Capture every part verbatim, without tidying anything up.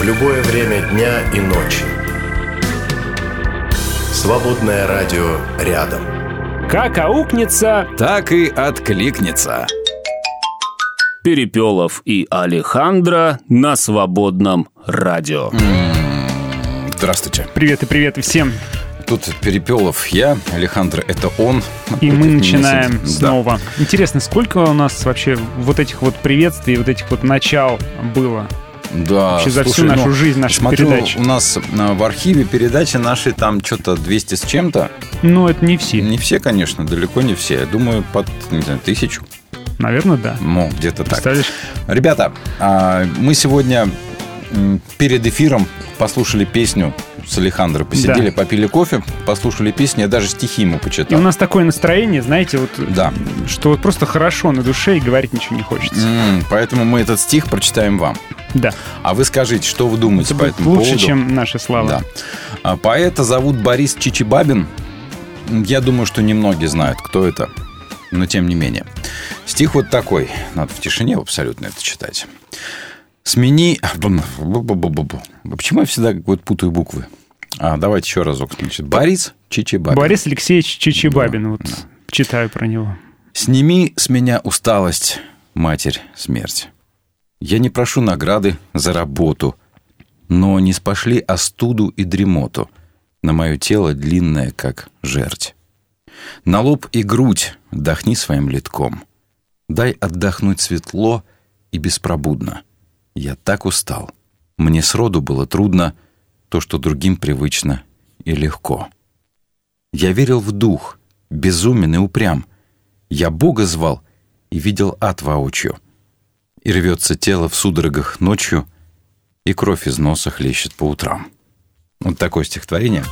любое время дня и ночи. Свободное радио рядом. Как аукнется, так и откликнется. Перепелов и Алехандро на свободном радио. Здравствуйте. Привет и привет и всем. Тут Перепелов я, Алехандро это он. И мы начинаем да. снова. Интересно, сколько у нас вообще вот этих вот приветствий, вот этих вот начал было? Да, вообще за слушай, всю нашу ну, жизнь, нашу смотрю, передачу. У нас в архиве передачи наши там что-то двести с чем-то. Ну, это не все. Не все, конечно, далеко не все. Я думаю, под, не знаю, тысячу. Наверное, да. Ну, где-то так. Представляешь? Ребята, мы сегодня перед эфиром послушали песню с Алехандро. Посидели, да. попили кофе, послушали песню. Я даже стихи ему почитал. И у нас такое настроение, знаете, вот, да. что вот просто хорошо на душе и говорить ничего не хочется. Mm, поэтому мы этот стих прочитаем вам. Да. А вы скажите, что вы думаете это по этому лучше, поводу? чем наши слова. Да. Поэта зовут Борис Чичибабин. Я думаю, что немногие знают, кто это. Но тем не менее. Стих вот такой. Надо в тишине абсолютно это читать. Смени... Почему я всегда вот путаю буквы? А, давайте еще разок. Значит, Борис Чичибабин. Борис Алексеевич Чичибабин. Да. Вот да. Читаю про него. Сними с меня усталость, Матерь Смерть. Я не прошу награды за работу, но не спошли остуду и дремоту на мое тело длинное, как жерть. На лоб и грудь вдохни своим литком. Дай отдохнуть светло и беспробудно. Я так устал. Мне сроду было трудно то, что другим привычно и легко. Я верил в дух, безумен и упрям. Я Бога звал и видел ад воочию. И рвется тело в судорогах ночью, и кровь из носа хлещет по утрам. Вот такое стихотворение.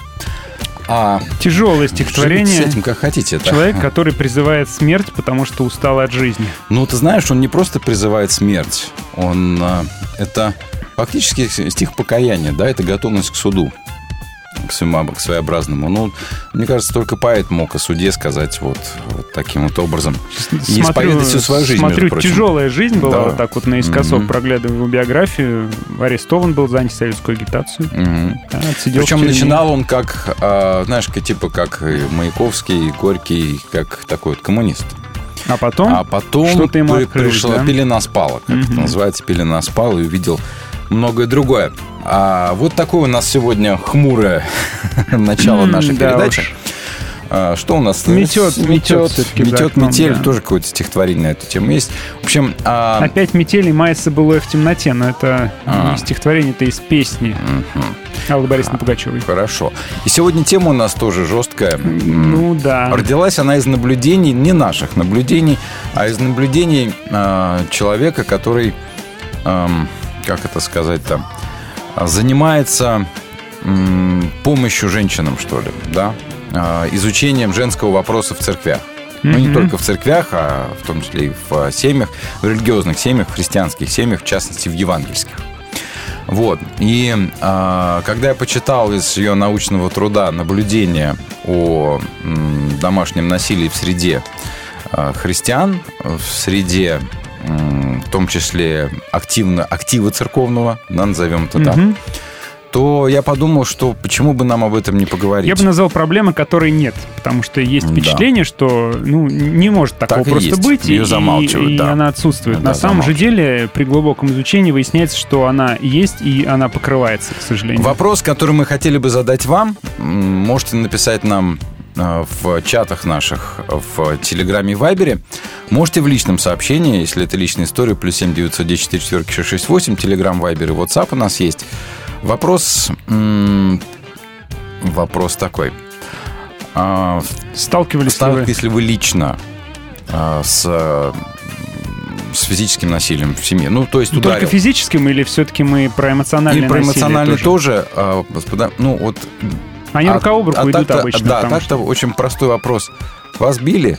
А тяжелое стихотворение. Живите с этим как хотите. Человек, это... который призывает смерть, потому что устал от жизни. Ну, ты знаешь, он не просто призывает смерть. Он... Это фактически стих покаяния, да? Это готовность к суду. К своеобразному. Ну, мне кажется, только поэт мог о суде сказать вот, вот таким вот образом. И исповедать всю свою жизнь, смотрю, между прочим. Тяжелая жизнь была, да. вот так вот наискосок, mm-hmm. проглядывая его биографию. Арестован был за антисоветскую агитацию. Mm-hmm. Да, причем начинал он как, знаешь, типа как Маяковский, Горький, как такой вот коммунист. А потом, а потом что-то ему при, открылось, пришла да? пелена спала, как mm-hmm. это называется, пелена спала, и увидел многое другое. А вот такое у нас сегодня хмурое начало нашей да передачи. Уж. А, что у нас? Метет, метет, метет метель, да. Тоже какое-то стихотворение на эту тему есть. В общем, а... опять метель и мается былое в темноте, но это а. не стихотворение, это из песни угу. Аллы Борисовны Пугачевой. Хорошо. И сегодня тема у нас тоже жесткая. Ну да. Родилась она из наблюдений, не наших наблюдений, а из наблюдений э, человека, который, э, как это сказать-то, занимается э, помощью женщинам, что ли, да, э, изучением женского вопроса в церквях. Mm-hmm. Ну, не только в церквях, а в том числе и в семьях, в религиозных семьях, в христианских семьях, в частности, в евангельских. Вот. И э, когда я почитал из ее научного труда наблюдения о м, домашнем насилии в среде э, христиан, в среде, м, в том числе активно, актива церковного, да, назовем это так, mm-hmm. то я подумал, что почему бы нам об этом не поговорить. Я бы назвал проблемы, которой нет, потому что есть впечатление, да. что ну, не может такого так просто есть. Быть, ее замалчивают, и, да. и она отсутствует. Да, На самом же деле, при глубоком изучении выясняется, что она есть, и она покрывается, к сожалению. Вопрос, который мы хотели бы задать вам, можете написать нам в чатах наших, в Телеграме и Вайбере. Можете в личном сообщении, если это личная история, плюс семь девятьсот десять четыре четыре шесть шесть восемь, Телеграм, Вайбер и WhatsApp у нас есть. Вопрос, м- вопрос такой. А, сталкивались, сталкивались ли вы лично а, с, с физическим насилием в семье? Ну, то есть ударил. Только физическим или все-таки мы про эмоциональное насилие? И про эмоциональное тоже. тоже а, господа, ну, вот... Они а, рука об руку а идут обычно. Да, так-то что... очень простой вопрос. Вас били?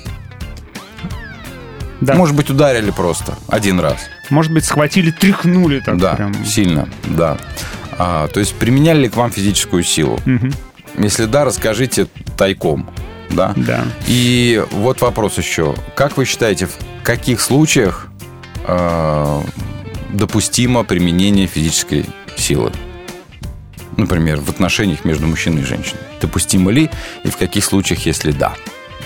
Да. Может быть, ударили просто один раз. Может быть, схватили, тряхнули так да, прям. Сильно, да. А, то есть применяли ли к вам физическую силу? Угу. Если да, расскажите тайком. Да? Да. И вот вопрос еще. Как вы считаете, в каких случаях э, допустимо применение физической силы? Например, в отношениях между мужчиной и женщиной. Допустимо ли и в каких случаях, если да?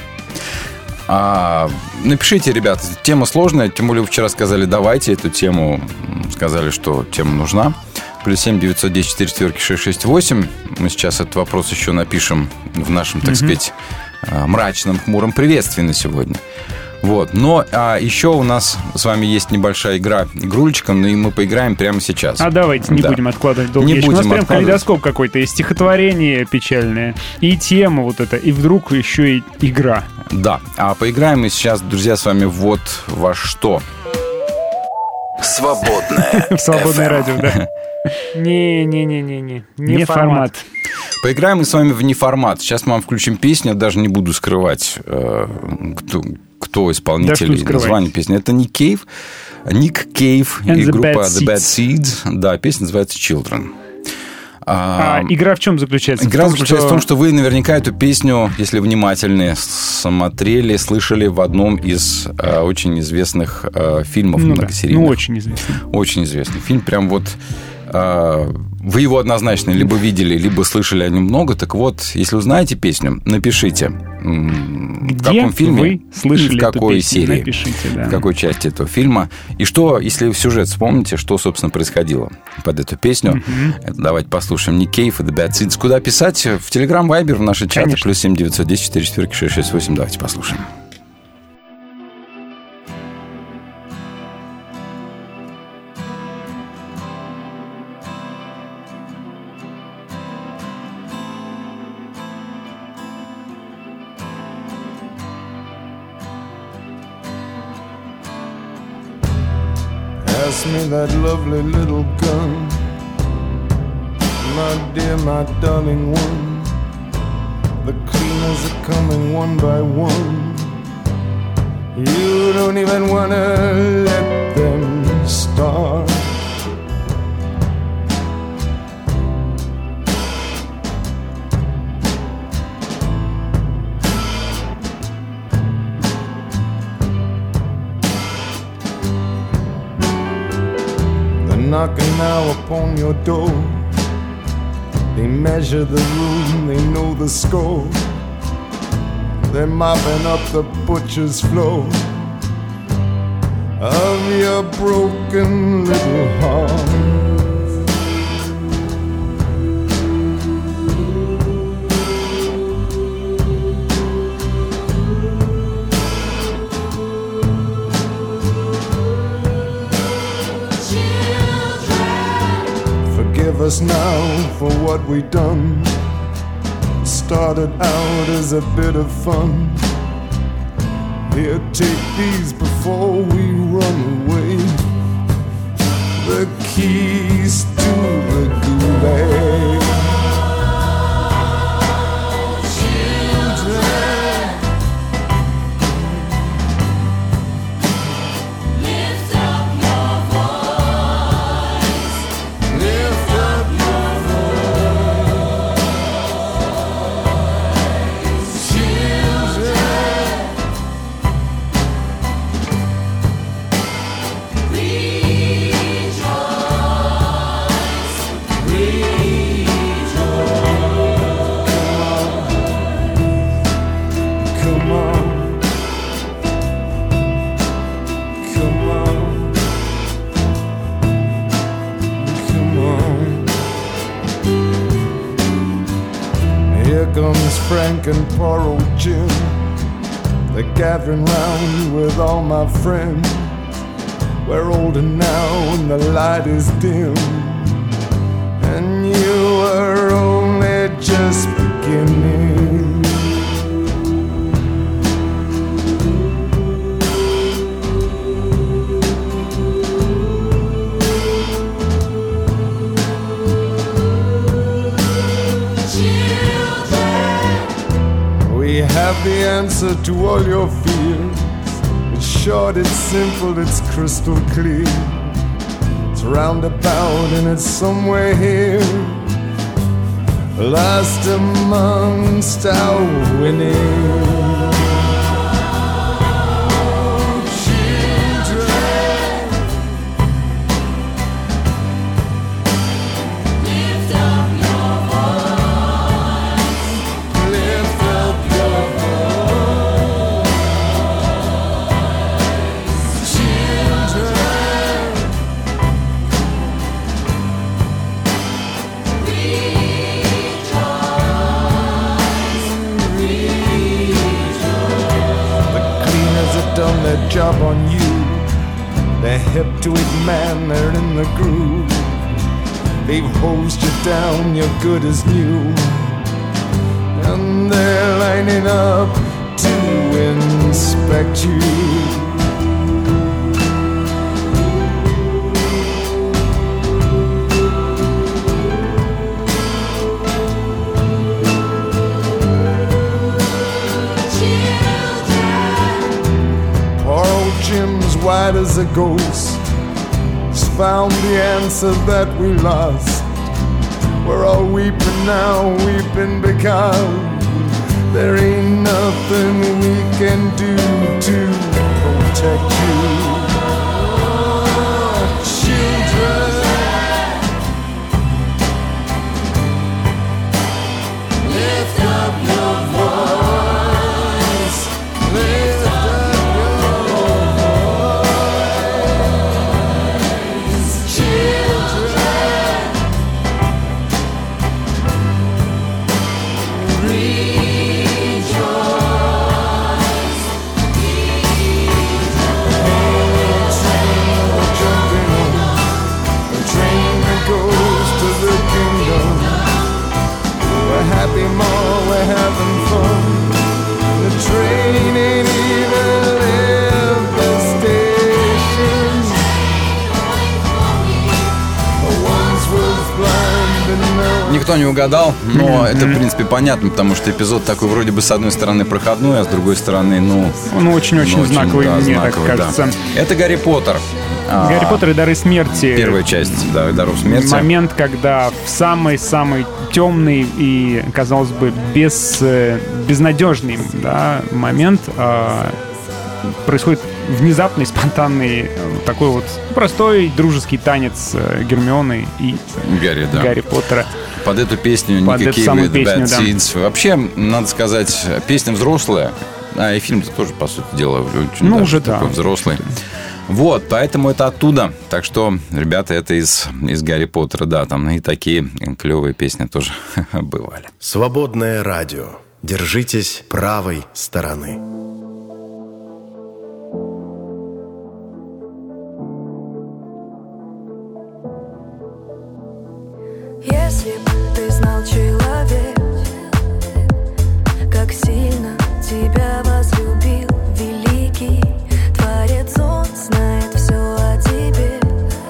А, напишите, ребята, тема сложная, тем более вы вчера сказали, давайте эту тему, сказали, что тема нужна. Плюс семь девятьсот десять четыре четверки шесть шесть восемь. Мы сейчас этот вопрос еще напишем в нашем, так mm-hmm. сказать, мрачном, хмуром приветствии на сегодня. Вот. Но а, еще у нас с вами есть небольшая игра, игрулечка, но и мы поиграем прямо сейчас. А давайте не да. будем откладывать долго. Не будем У нас прям откладывать. калейдоскоп какой-то, и стихотворение печальное, и тема вот эта, и вдруг еще и игра. Да. А поиграем мы сейчас, друзья, с вами вот во что. Свободное. Свободное радио, да. Не-не-не-не-не. Не формат. Поиграем мы с вами в неформат. Сейчас мы вам включим песню. Я даже не буду скрывать, кто, кто исполнитель и название песни. Это Ник Кейв. Ник Кейв и группа The Bad Seeds. Да, песня называется Children. А, а игра в чем заключается? Игра в том, заключается что... в том, что вы наверняка эту песню, если внимательны, смотрели, слышали в одном из э, очень известных э, фильмов ну, многосерийных. Да. Ну, очень известный. Очень известный фильм. Прям вот э, вы его однозначно либо видели, либо слышали о нем много. Так вот, если узнаете песню, напишите, где в каком фильме вы слышали и в какой эту песню? серии, Напишите, да. в какой части этого фильма. И что, если сюжет вспомните, что, собственно, происходило под эту песню. Uh-huh. Это давайте послушаем Ник Кейв и The Bad Seeds. Куда писать? В Telegram, Viber, в наши чаты. Конечно. Плюс семь девятьсот десять четыре четверки шесть шесть восемь. Давайте послушаем. Pass me that lovely little gun, my dear, my darling one. The cleaners are coming one by one. You don't even wanna let them start. Knocking now upon your door. They measure the room, they know the score. They're mopping up the butcher's floor of your broken little heart. Forgive us now for what we done. Started out as a bit of fun. Here, take these before we run away. The keys to the gulag. Frank and poor old Jim, they're gathering round with all my friends. We're older now and the light is dim, and you are only just beginning. We have the answer to all your fears. It's short, it's simple, it's crystal clear. It's roundabout and it's somewhere here, lost amongst our winning. Children, lift up your sharp on you. They're hip to it, man, they're in the groove. They've hosed you down, you're good as new. And they're lining up to inspect you. Jim's white as a ghost. He's found the answer that we lost. We're all weeping now, weeping because there ain't nothing we can do to protect you. Oh, children, lift up your voice. Lift happy more, we're having fun. The train ain't even left the station. Once was blind and now... Никто не угадал, но mm-hmm. это, в принципе, понятно, потому что эпизод такой вроде бы с одной стороны проходной, а с другой стороны, ну... Он очень-очень знаковый, да, мне знаковый, так кажется. Да. Это «Гарри Поттер». «Гарри Поттер и дары смерти». Первая часть, да, «Даров смерти». Момент, когда в самый-самый темный и, казалось бы, без, безнадежный, да, момент э, происходит внезапный, спонтанный, такой вот простой дружеский танец Гермионы и Гарри, да. Гарри Поттера. Под эту песню Под никакие эту bad песню, scenes. Да. Вообще, надо сказать, песня взрослая, а и фильм-то тоже, по сути дела, очень ну, уже такой да. взрослый. Вот, поэтому это оттуда. Так что, ребята, это из, из Гарри Поттера, да, там и такие клевые песни тоже бывали. Свободное радио. Держитесь правой стороны. Если бы ты знал, человек, как сильно тебя возлюбил великий Творец, он знает все о тебе.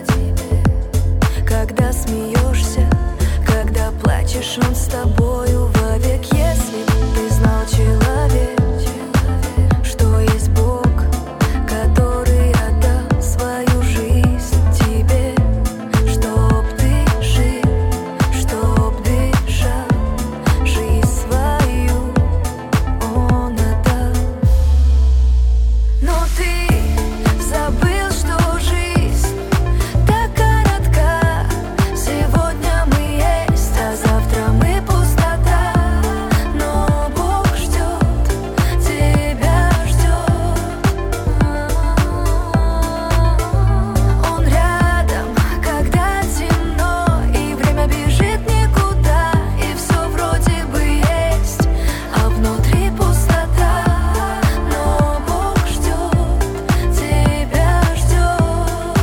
Когда смеешься, когда плачешь, он с тобою вовек. Если бы ты знал, человек, что есть Бог, который отдал свою жизнь тебе, чтоб ты жил, чтоб дышал, жизнь свою он отдал. Но ты забыл, что жизнь так коротка. Сегодня мы есть, а завтра мы пустота. Но Бог ждет, тебя ждет. Он рядом, когда темно, и время бежит никуда, и все вроде бы есть, а внутри пустота. Но Бог ждет, тебя ждет.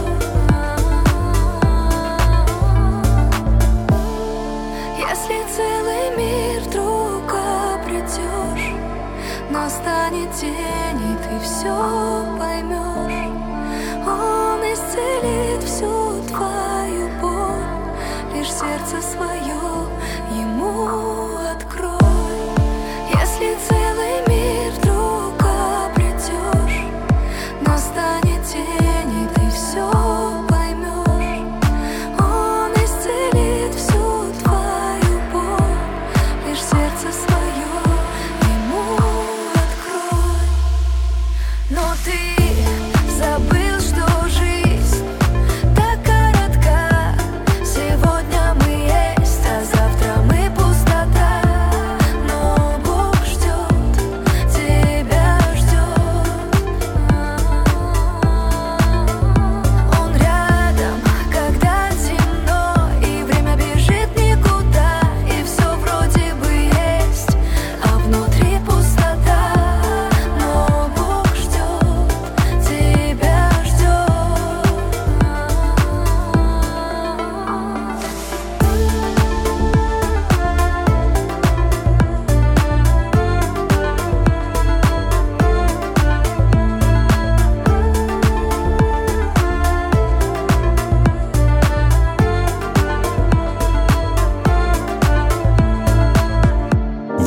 Если целый мир вдруг обретешь, настанет день, и ты все поймешь. Он исцелит всю твою боль, лишь сердце свое ему открой. Если целый мир вдруг обретешь, настанет день, и ты все поймешь. Он исцелит всю твою боль, лишь сердце свое ему открой. Но ты забыл, что жизнь так коротка. Сегодня мы есть, а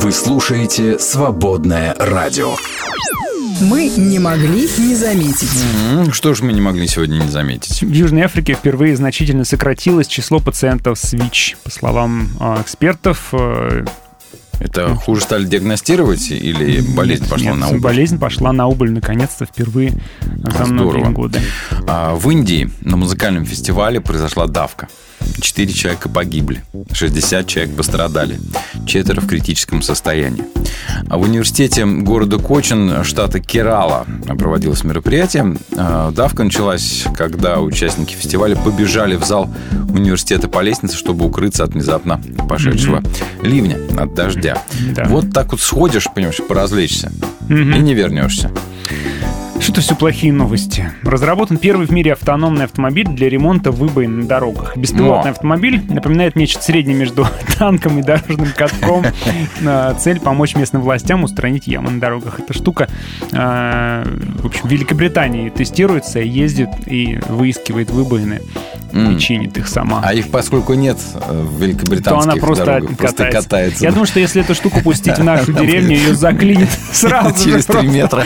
Вы слушаете «Свободное радио». Мы не могли не заметить. М-м, что ж мы не могли сегодня не заметить? В Южной Африке впервые значительно сократилось число пациентов с ВИЧ. По словам э, экспертов... Э, Это хуже стали диагностировать или болезнь нет, пошла нет, на убыль? Болезнь пошла на убыль, наконец-то, впервые за многие Здорово. годы. А, в Индии на музыкальном фестивале произошла давка. Четыре человека погибли, шестьдесят человек пострадали, четверо в критическом состоянии. А в университете города Кочин, штата Керала, проводилось мероприятие. Давка началась, когда участники фестиваля побежали в зал университета по лестнице, чтобы укрыться от внезапно пошедшего mm-hmm. ливня, от дождя. Да. Вот так вот сходишь, понимаешь, поразвлечься, mm-hmm. и не вернешься. Что-то все плохие новости. Разработан первый в мире автономный автомобиль для ремонта выбоин на дорогах. Беспилотный Но. автомобиль напоминает нечто среднее между танком и дорожным катком. Цель — помочь местным властям устранить ямы на дорогах. Эта штука, в общем, в Великобритании тестируется, ездит и выискивает выбоины mm. и чинит их сама. А их, поскольку нет в великобританских то она просто дорогах, катается. просто катается. Я думаю, что если эту штуку пустить в нашу деревню, ее заклинит сразу через три метра.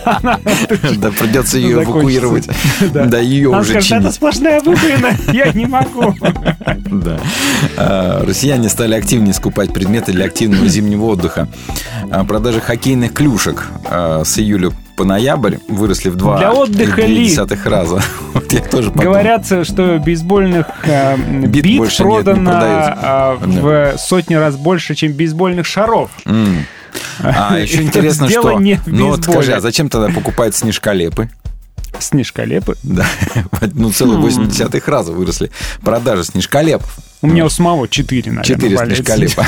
Да, придется ее эвакуировать. Да, ее уже чинить. Это сплошная выбоина, я не могу. Да. Россияне стали активнее скупать предметы для активного зимнего отдыха. Продажи хоккейных клюшек с июля по ноябрь выросли в два десятых раза. Вот я тоже подумал. Говорят, что бейсбольных э, бит, бит продано нет, не в сотни раз больше, чем бейсбольных шаров. Mm. А еще интересно, что... Ну вот скажи, а зачем тогда покупают снежколепы? Снежколепы? Да, ну целых восемь десятых раза выросли продажи снежколепов. У меня у самого четыре, наверное. Четыре снежколепа.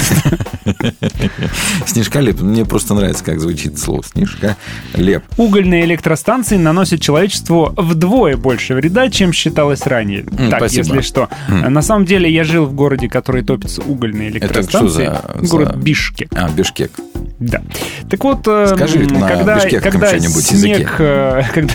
Снежколеп. Мне просто нравится, как звучит слово снежколеп. Угольные электростанции наносят человечеству вдвое больше вреда, чем считалось ранее. Так, Спасибо. Если что. На самом деле, я жил в городе, который топится угольные электростанции. Это что за... Город Бишкек. А, Бишкек. Да. Так вот, скажи когда, на бишкекском когда что-нибудь снег... языке. Когда...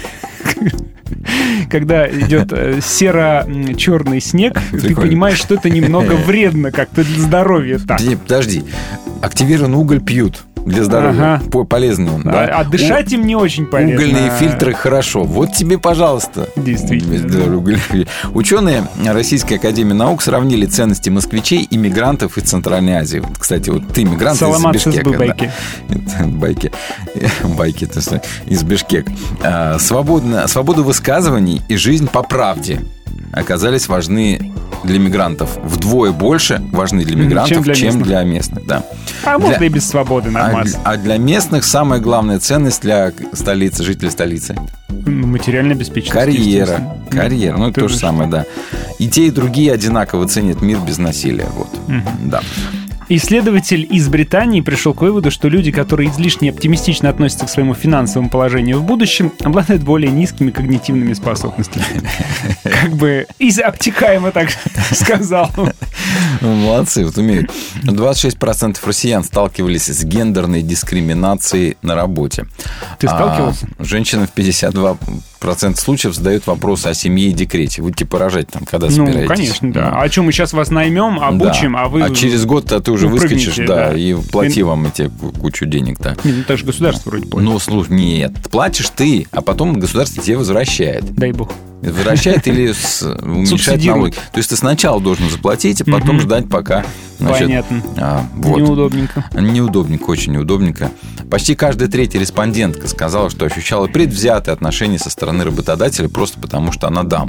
Когда идет серо-черный снег, Прикольно. Ты понимаешь, что это немного вредно как-то для здоровья. Так. Подожди, подожди. Активированный уголь пьют для здоровья. Ага. Полезный он, да? А, а дышать У... им не очень полезно. Угольные фильтры хорошо. Вот тебе, пожалуйста. Действительно. Ученые Российской академии наук сравнили ценности москвичей и мигрантов из Центральной Азии. Кстати, вот ты мигрант из Бишкека. Байки. Да. Байки. Байки из Бишкека. Свобода, свобода высказываний и жизнь по правде оказались важны для мигрантов. Вдвое больше важны для мигрантов, чем для, чем для местных. Да. А для... можно и без свободы нормально. А, а для местных самая главная ценность для столицы, жителей столицы? Материальная обеспеченность. Карьера. Карьера. Ну, это то же самое, да. И те, и другие одинаково ценят мир без насилия. Вот. Угу. Да. Исследователь из Британии пришел к выводу, что люди, которые излишне оптимистично относятся к своему финансовому положению в будущем, обладают более низкими когнитивными способностями. Как бы обтекаемо так сказал. Молодцы, вот умеют. двадцать шесть процентов россиян сталкивались с гендерной дискриминацией на работе. Ты сталкивался? А женщины в пятьдесят два процента случаев задают вопросы о семье и декрете. Будете поражать там, когда собираетесь. Ну, конечно, да. Ну. А что, мы сейчас вас наймем, обучим, да. а вы... А через год ты уже выскочишь, да, да, и плати и... вам эти кучу денег, да. Нет, ну, так же государство вроде платит. Ну, слушай, нет, платишь ты, а потом государство тебе возвращает. Дай бог. Возвращает или с... уменьшает налоги. То есть ты сначала должен заплатить, а потом ждать, пока... Значит, понятно. А, вот. Неудобненько. Неудобненько, очень неудобненько. Почти каждая третья респондентка сказала, что ощущала предвзятые отношения со стороны работодателя просто потому, что она дама.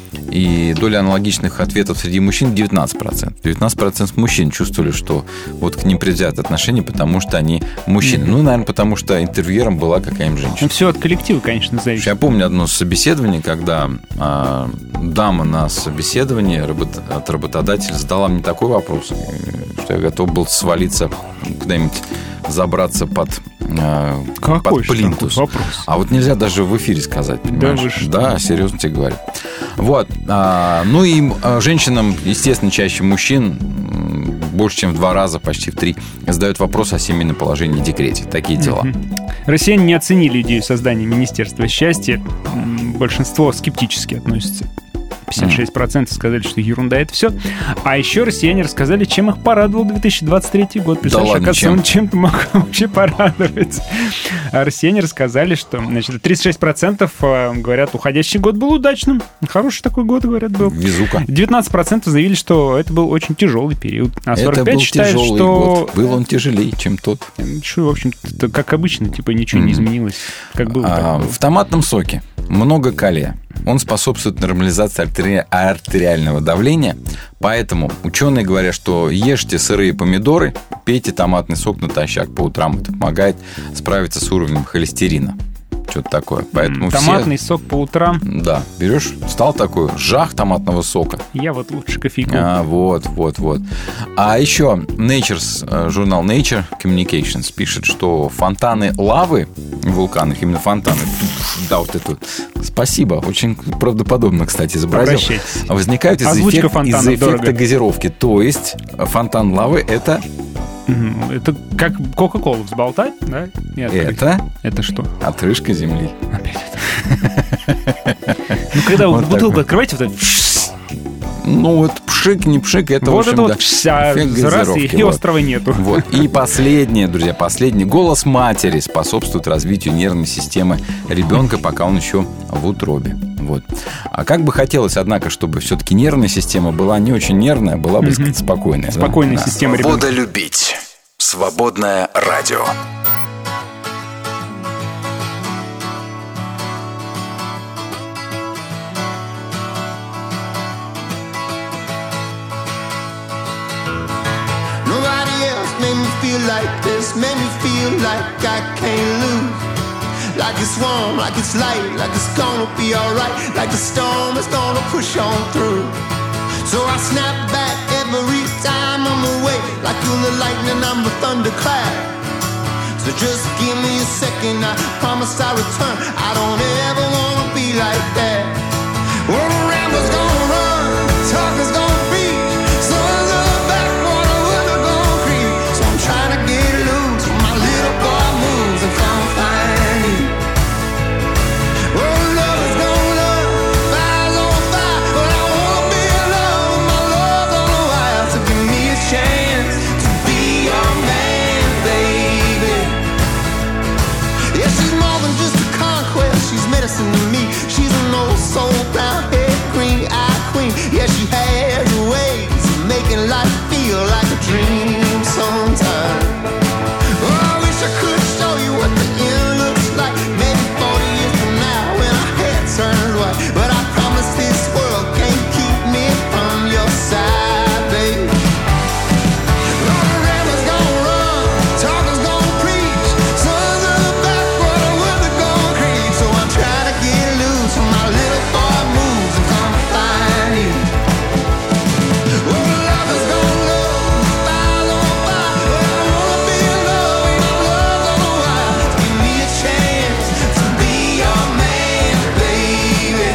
И доля аналогичных ответов среди мужчин девятнадцать процентов. девятнадцать процентов мужчин чувствовали, что вот к ним предвзятые отношения, потому что они мужчины. Mm-hmm. Ну, наверное, потому что интервьюером была какая-нибудь женщина. Ну, все от коллектива, конечно, зависит. Я помню одно собеседование, когда а, дама на собеседовании работ... от работодателя задала мне такой вопрос, что я готов был свалиться куда-нибудь, забраться под, э, под плинтус. А вот нельзя даже в эфире сказать, понимаешь? Да, да, серьезно тебе говорю. Вот. А, ну и а, женщинам, естественно, чаще мужчин, больше, чем в два раза, почти в три, задают вопрос о семейном положении и декрете. Такие дела. Россияне не оценили идею создания Министерства счастья. Большинство скептически относится. пятьдесят шесть процентов сказали, что ерунда это все. А еще россияне рассказали, чем их порадовал две тысячи двадцать третий год. Представляешь, да ладно, оказывается, он чем-то мог вообще порадовать. А россияне рассказали, что, значит, тридцать шесть процентов говорят, уходящий год был удачным. Хороший такой год, говорят, был. Везука. девятнадцать процентов заявили, что это был очень тяжелый период. А сорок пять это был считают, тяжелый что... год. Был он тяжелее, чем тот. Что, в общем-то, как обычно, типа ничего mm. не изменилось. Как было, а, так было. В томатном соке много калия. Он способствует нормализации артери... артериального давления. Поэтому ученые говорят, что ешьте сырые помидоры, пейте томатный сок натощак по утрам. Это помогает справиться с уровнем холестерина. Что-то такое. Поэтому томатный все... сок по утрам. Да, берешь, стал такой жах томатного сока. Я вот лучше кофейку. А, вот, вот, вот. А еще Nature's, журнал Nature Communications пишет, что фонтаны лавы в вулканах, именно фонтаны, да, вот это. Спасибо, очень правдоподобно, кстати, изобразил. Возникают из, эффект, из эффекта газировки. То есть фонтан лавы это... Это как Кока-Колу взболтать, да? Нет, это? Это что? Отрыжка земли. Опять это. Ну, когда вы бутылку открываете, вот это... Ну, вот пшик, не пшик, это, вот в общем, это да, вот вся раз, и, и острова нету. Вот. И последнее, друзья, последний. Голос матери способствует развитию нервной системы ребенка, пока он еще в утробе. Вот. А как бы хотелось, однако, чтобы все-таки нервная система была не очень нервная, была бы mm-hmm. спокойная. Спокойная да? система ребенка. Свобода любить. Свободное радио. Like this, made me feel like I can't lose. Like it's warm, like it's light, like it's gonna be alright. Like the storm is gonna push on through. So I snap back every time I'm away. Like you're the lightning, I'm the thunderclap. So just give me a second, I promise I'll return. I don't ever wanna be like that. Well, the rambler's gonna run, the talker's gonna preach. Son's of the backwater, where they're gonna creep. So I'm trying to get loose when my little boy moves and come find you. Well, love is gonna love, fire's on fire. But I wanna be in love with my love's on the wire. So give me a chance to be your man, baby. Yeah, she's more than just a conquest, she's medicine to me. She's an old soul, brown hair, green eye queen. Yeah, she has ways of making life feel like a dream sometimes. Oh, I wish I could show you what the end looks like. Maybe forty years from now when our hair turns white. But I promise this world can't keep me from your side, baby. Oh, the rambler's gonna run, talker's gonna preach. Sons of the backwater, where they're gonna creep. So I'm trying to get loose when my little boy moves and come find you. Well, the lover's gonna love, fire's on fire. But I wanna be in love with my love's on the wire. Give me a chance to be your man, baby.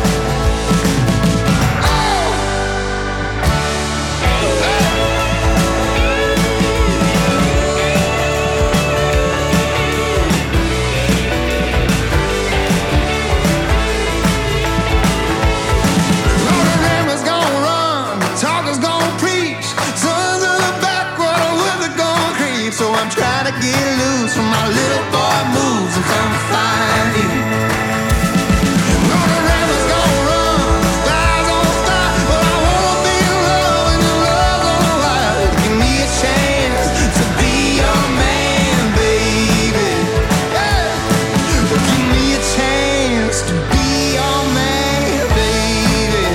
Oh, the rambler's gonna run, the talker's gonna preach. Sons of the backwater, where they're gonna creep. So I'm trying to get loose when my little boy moves and come find you. Oh, the rambler's gonna run, fire's on fire. But I wanna be in love and your love's on the wire. Give me a chance to be your man, baby. Yeah. Give me a chance to be your man, baby.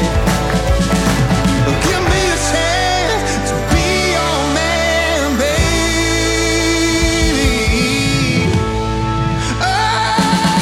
Give me a chance to be your man, baby. Oh.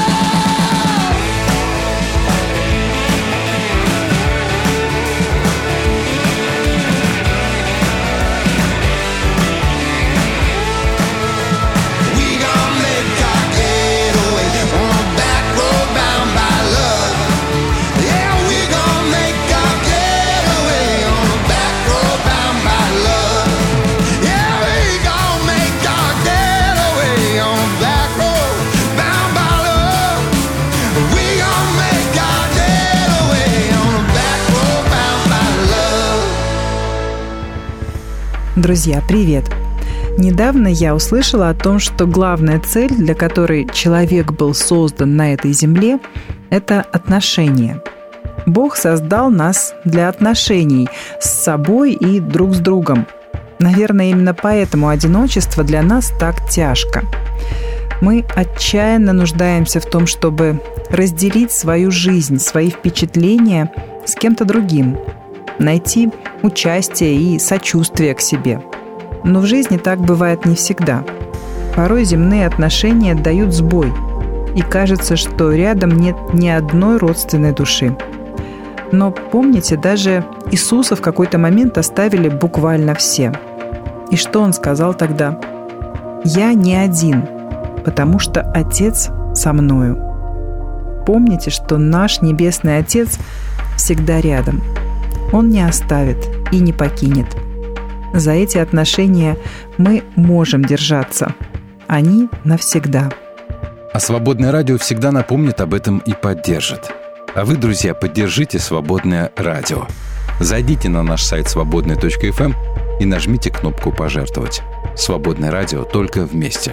Друзья, привет! Недавно я услышала о том, что главная цель, для которой человек был создан на этой земле, это отношения. Бог создал нас для отношений с собой и друг с другом. Наверное, именно поэтому одиночество для нас так тяжко. Мы отчаянно нуждаемся в том, чтобы разделить свою жизнь, свои впечатления с кем-то другим, найти участие и сочувствие к себе. Но в жизни так бывает не всегда. Порой земные отношения дают сбой, и кажется, что рядом нет ни одной родственной души. Но помните, даже Иисуса в какой-то момент оставили буквально все. И что Он сказал тогда? «Я не один, потому что Отец со мною». Помните, что наш Небесный Отец всегда рядом. Он не оставит и не покинет. За эти отношения мы можем держаться. Они навсегда. А Свободное радио всегда напомнит об этом и поддержит. А вы, друзья, поддержите Свободное радио. Зайдите на наш сайт свободный точка эф эм и нажмите кнопку «Пожертвовать». Свободное радио только вместе.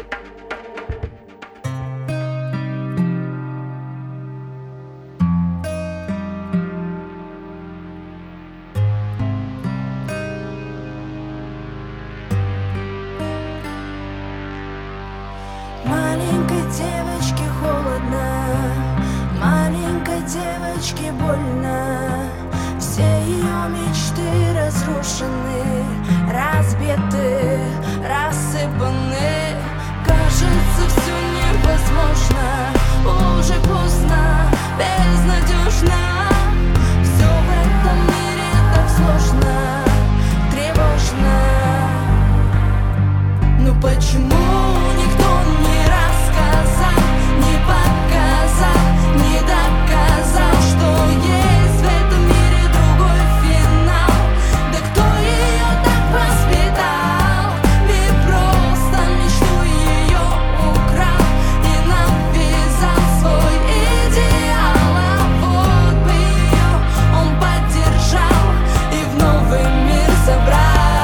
Маленькой девочке холодно, маленькой девочке больно. Все ее мечты разрушены, разбиты, рассыпаны. Кажется, все невозможно, уже поздно, безнадежно. Все в этом мире так сложно, тревожно. Но почему никто не рассказал, не показал, не доказал, что есть в этом мире другой финал? Да кто ее так воспитал? Ведь просто мечту ее украл и навязал свой идеал. А вот бы ее он поддержал и в новый мир забрал.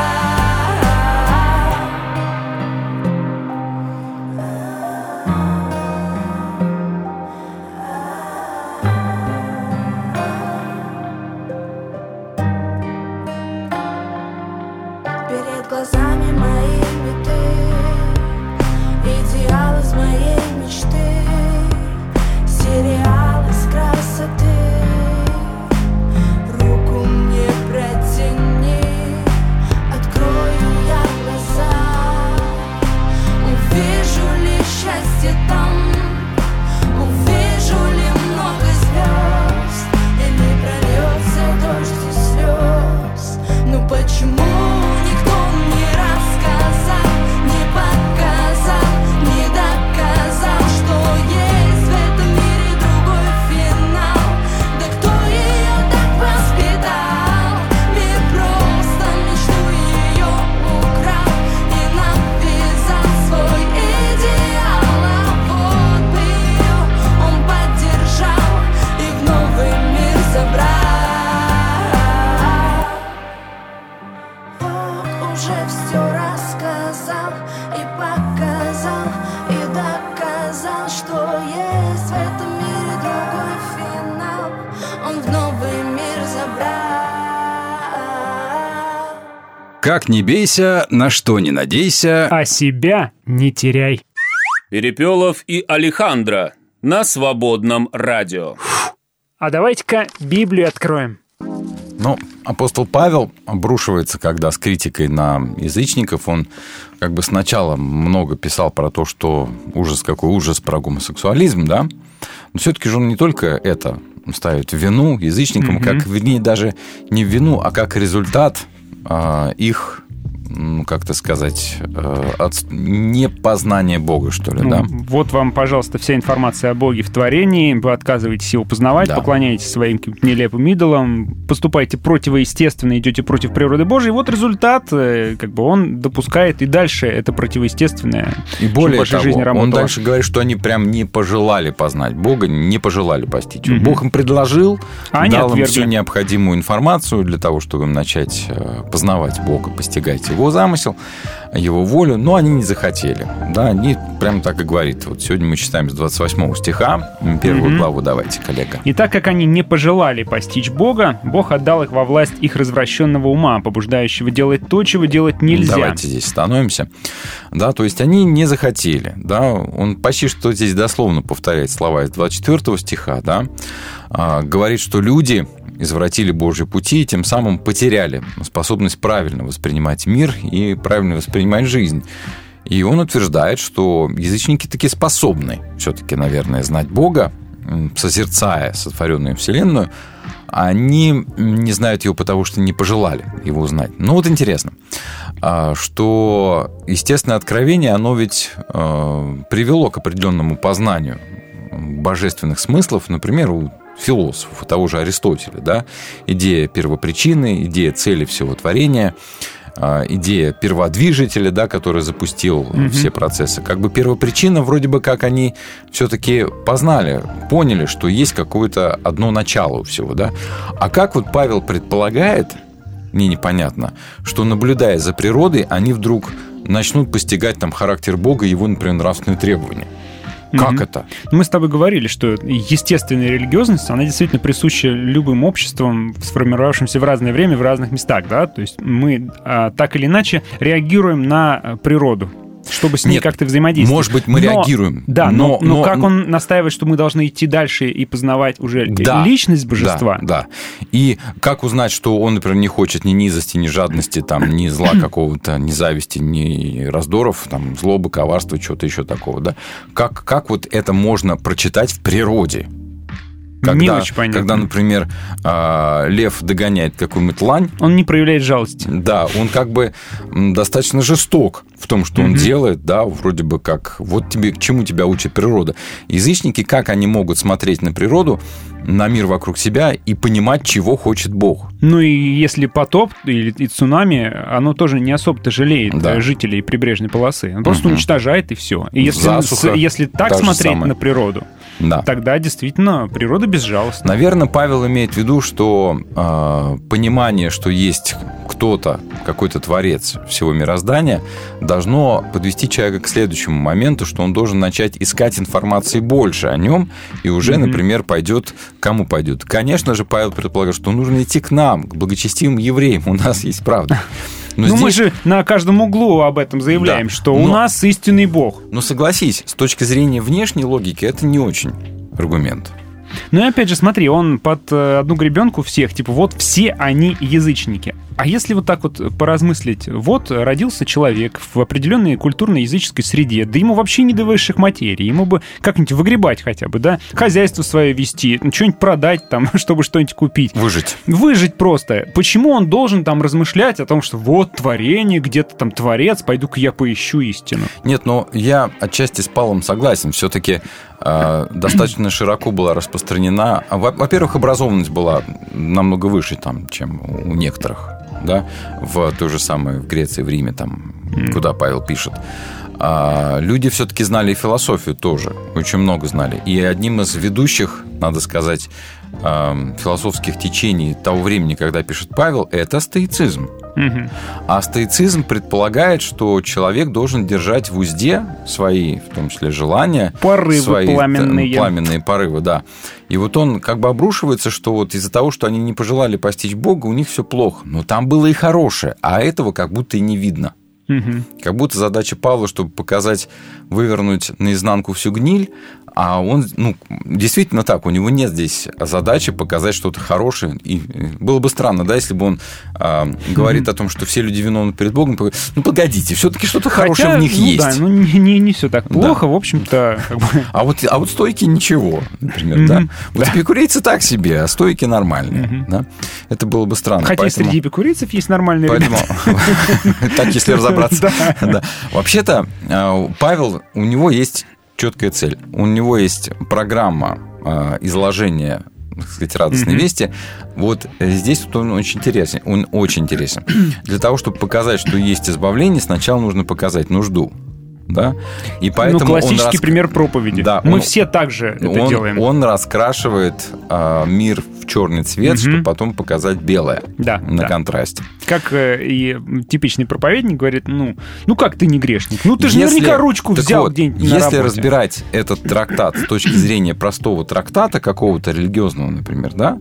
Перед глазами моими ты, идеал из моей мечты, сериал из красоты. Руку мне протяни, открою я глаза, увижу ли счастье там, увижу ли много звезд, или прольется дождь из слез. Но почему никто не рассказал, не показал, не доказал, что есть в этом мире другой финал? Да кто ее так воспитал? Ведь просто мечту ее украл и навязал свой идеал. А вот бы ее он поддержал и в новый мир забрал. Бог уже все рассказал и показал, и доказал, что есть в этом мире другой финал. Он в новый мир забрал. Как не бейся, на что не надейся. А себя не теряй. Перепелов и Алехандро на Свободном радио. А давайте-ка Библию откроем. Ну, апостол Павел обрушивается, когда с критикой на язычников. Он как бы сначала много писал про то, что ужас, какой ужас, про гомосексуализм, да? Но все-таки же он не только это ставит в вину язычникам, mm-hmm. как, вернее, даже не в вину, а как результат а, их ну, как-то сказать, от непознания Бога, что ли, ну, да? Вот вам, пожалуйста, вся информация о Боге в творении. Вы отказываетесь его познавать, да. Поклоняетесь своим каким-то нелепым идолам, поступаете противоестественно, идете против природы Божией. И вот результат, как бы он допускает и дальше это противоестественное. И более того, жизни он дальше говорит, что они прям не пожелали познать Бога, не пожелали постичь. Угу. Бог им предложил, а дал им всю необходимую информацию для того, чтобы им начать познавать Бога, постигать его замысел, его волю, но они не захотели. Да, они прямо так и говорит. Вот сегодня мы читаем с двадцать восьмого стиха, первую mm-hmm. главу давайте, коллега. И так как они не пожелали постичь Бога, Бог отдал их во власть их развращенного ума, побуждающего делать то, чего делать нельзя. Давайте здесь остановимся. Да, то есть они не захотели. Да, он почти что здесь дословно повторяет слова из двадцать четвёртого стиха, да, а, говорит, что люди извратили Божьи пути и тем самым потеряли способность правильно воспринимать мир и правильно воспринимать жизнь. И он утверждает, что язычники таки способны все-таки, наверное, знать Бога, созерцая сотворенную Вселенную. Они не знают его, потому что не пожелали его узнать. Ну вот интересно, что естественное откровение, оно ведь привело к определенному познанию божественных смыслов, например, у философов, у того же Аристотеля, да, идея первопричины, идея цели всего творения, идея перводвижителя, да, который запустил mm-hmm. все процессы. Как бы первопричина, вроде бы как они все-таки познали, поняли, что есть какое-то одно начало у всего, да. А как вот Павел предполагает, мне непонятно, что, наблюдая за природой, они вдруг начнут постигать там характер Бога и его, например, нравственные требования. Как mm-hmm. это? Мы с тобой говорили, что естественная религиозность, она действительно присуща любым обществам, сформировавшимся в разное время, в разных местах, да? То есть мы а, так или иначе реагируем на природу, чтобы с ней Нет, как-то взаимодействовать. Может быть, мы но, реагируем. Да, но, но, но, но как он настаивает, что мы должны идти дальше и познавать уже да, личность божества? Да, да. И как узнать, что он, например, не хочет ни низости, ни жадности, там, ни зла какого-то, ни зависти, ни раздоров, там, злобы, коварства, чего-то еще такого, да? Как, как вот это можно прочитать в природе? Когда, не очень понятно. Когда, например, лев догоняет какую-нибудь лань... Он не проявляет жалости. Да, он как бы достаточно жесток в том, что mm-hmm. он делает, да, вроде бы как... Вот тебе, к чему тебя учит природа. Язычники, как они могут смотреть на природу, на мир вокруг себя и понимать, чего хочет Бог? Ну и если потоп или и цунами, оно тоже не особо-то жалеет да. жителей прибрежной полосы. Он просто mm-hmm. уничтожает, и все. И если, Засуха, если так смотреть на природу, да. тогда действительно природа безжалостна. Наверное, Павел имеет в виду, что э, понимание, что есть кто-то, какой-то творец всего мироздания, должно подвести человека к следующему моменту, что он должен начать искать информации больше о нем, и уже, mm-hmm. например, пойдет... Кому пойдет? Конечно же, Павел предполагает, что нужно идти к нам, к благочестивым евреям. У нас есть правда. Но ну, здесь... мы же на каждом углу об этом заявляем, да, что но... у нас истинный Бог. Но согласись, с точки зрения внешней логики, это не очень аргумент. Ну и опять же, смотри, он под одну гребенку всех, типа, вот все они язычники. А если вот так вот поразмыслить, вот родился человек в определенной культурно-языческой среде, да ему вообще не до высших материй, ему бы как-нибудь выгребать хотя бы, да, хозяйство свое вести, что-нибудь продать там, чтобы что-нибудь купить. Выжить. Выжить просто. Почему он должен там размышлять о том, что вот творение, где-то там творец, пойду-ка я поищу истину? Нет, но я отчасти с Павлом согласен, все-таки э, достаточно широко была распространена, во-первых, образованность была намного выше там, чем у некоторых. Да, в той же самой в Греции, в Риме, там, mm. куда Павел пишет. А люди все-таки знали и философию тоже, очень много знали. И одним из ведущих, надо сказать, философских течений того времени, когда пишет Павел, это стоицизм. Mm-hmm. А стоицизм предполагает, что человек должен держать в узде свои, в том числе, желания, порывы свои пламенные. пламенные порывы, да. И вот он как бы обрушивается, что вот из-за того, что они не пожелали постичь Бога, у них все плохо. Но там было и хорошее, а этого как будто и не видно. Угу. Как будто задача Павла, чтобы показать, вывернуть наизнанку всю гниль, А он, ну, действительно так, у него нет здесь задачи показать что-то хорошее. И было бы странно, да, если бы он а, говорит mm-hmm. о том, что все люди виновны перед Богом. Ну, погодите, все-таки что-то Хотя, хорошее в них ну, есть. Да, ну не, не, не все так плохо, да. в общем-то. Как бы... а, вот, а вот стойки ничего, например, mm-hmm. да. Вот эпикурейцы так себе, а стойки нормальные. Mm-hmm. Да? Это было бы странно. Хотя поэтому... среди эпикурейцев есть нормальные поэтому... ребята. Так, если разобраться. Вообще-то, Павел, у него есть четкая цель. У него есть программа э, изложения, так сказать, радостной mm-hmm. вести. Вот здесь вот он очень интересен. Он очень интересен. Для того, чтобы показать, что есть избавление, сначала нужно показать нужду. Да? И поэтому ну, классический он рас... пример проповеди. Да, Мы он... все так же это он, делаем. Он раскрашивает э, мир в черный цвет, mm-hmm. чтобы потом показать белое да, на да. контрасте. Как э, и типичный проповедник говорит, ну, ну как ты не грешник? Ну ты же если, наверняка ручку взял вот, где-нибудь на Если работе. разбирать этот трактат с точки зрения простого трактата, какого-то религиозного, например, да,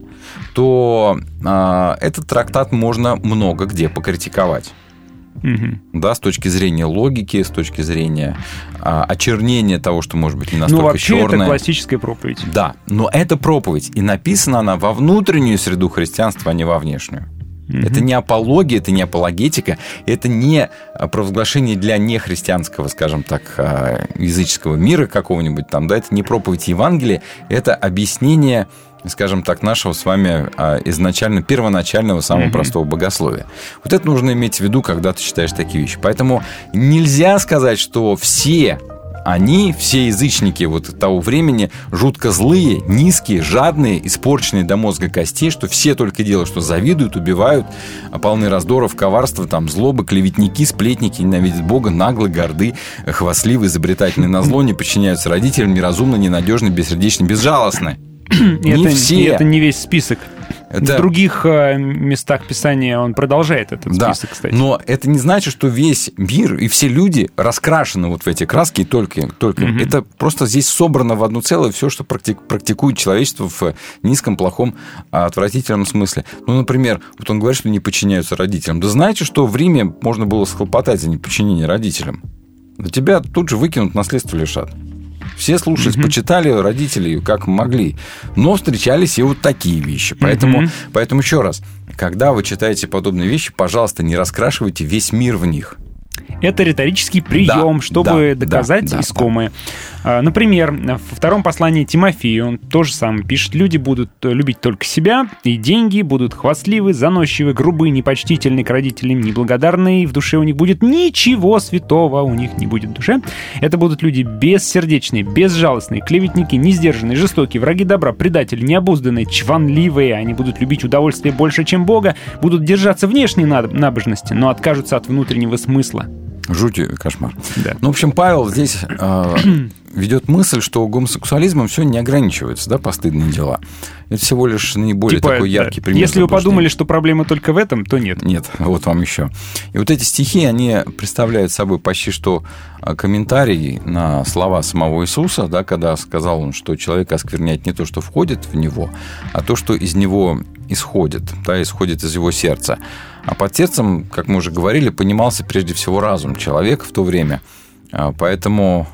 то э, этот трактат можно много где покритиковать. Угу. Да, с точки зрения логики, с точки зрения а, очернения того, что может быть не настолько ну, вообще черное. Это классическая проповедь. Да, но это проповедь, и написана она во внутреннюю среду христианства, а не во внешнюю. Угу. Это не апология, это не апологетика, это не провозглашение для нехристианского, скажем так, языческого мира какого-нибудь там, да, это не проповедь Евангелия, это объяснение, скажем так, нашего с вами изначально, первоначального, самого mm-hmm. простого богословия. Вот это нужно иметь в виду, когда ты читаешь такие вещи. Поэтому нельзя сказать, что все они, все язычники вот того времени, жутко злые, низкие, жадные, испорченные до мозга костей, что все только делают, что завидуют, убивают, полны раздоров, коварства, там, злобы, клеветники, сплетники, ненавидят Бога, наглы, горды, хвастливы, изобретательны назло, не подчиняются родителям, неразумны, ненадежны, бессердечны, безжалостны. Не это, все. Это не весь список. Это... В других э, местах Писания он продолжает этот да, список, кстати. Но это не значит, что весь мир и все люди раскрашены вот в эти краски и только, только mm-hmm. это просто здесь собрано в одно целое все, что практикует человечество в низком, плохом, отвратительном смысле. Ну, например, вот он говорит, что не подчиняются родителям. Да знаете, что в Риме можно было схлопотать за неподчинение родителям? Да тебя тут же выкинут, наследство лишат. Все слушались, mm-hmm. почитали родителей как могли. Но встречались и вот такие вещи. Поэтому, mm-hmm. поэтому еще раз, когда вы читаете подобные вещи, пожалуйста, не раскрашивайте весь мир в них. Это риторический прием, да, чтобы да, доказать да, искомое. Да. Например, во втором послании Тимофею он тоже самое пишет. Люди будут любить только себя и деньги, будут хвастливы, заносчивы, грубы, непочтительны к родителям, неблагодарны, в душе у них будет ничего святого, у них не будет в душе. Это будут люди бессердечные, безжалостные, клеветники, несдержанные, жестокие, враги добра, предатели, необузданные, чванливые. Они будут любить удовольствие больше, чем Бога, будут держаться внешней набожности, но откажутся от внутреннего смысла. Жуть и кошмар. Да. Ну, в общем, Павел здесь э, ведет мысль, что гомосексуализмом все не ограничивается, да, постыдные дела. Это всего лишь наиболее типа, такой яркий пример. Если вы подумали, что проблема только в этом, то нет. Нет, вот вам еще. И вот эти стихи, они представляют собой почти что комментарий на слова самого Иисуса, да, когда сказал он, что человек оскверняет не то, что входит в него, а то, что из него исходит, да, исходит из его сердца. А под сердцем, как мы уже говорили, понимался прежде всего разум человека в то время. Поэтому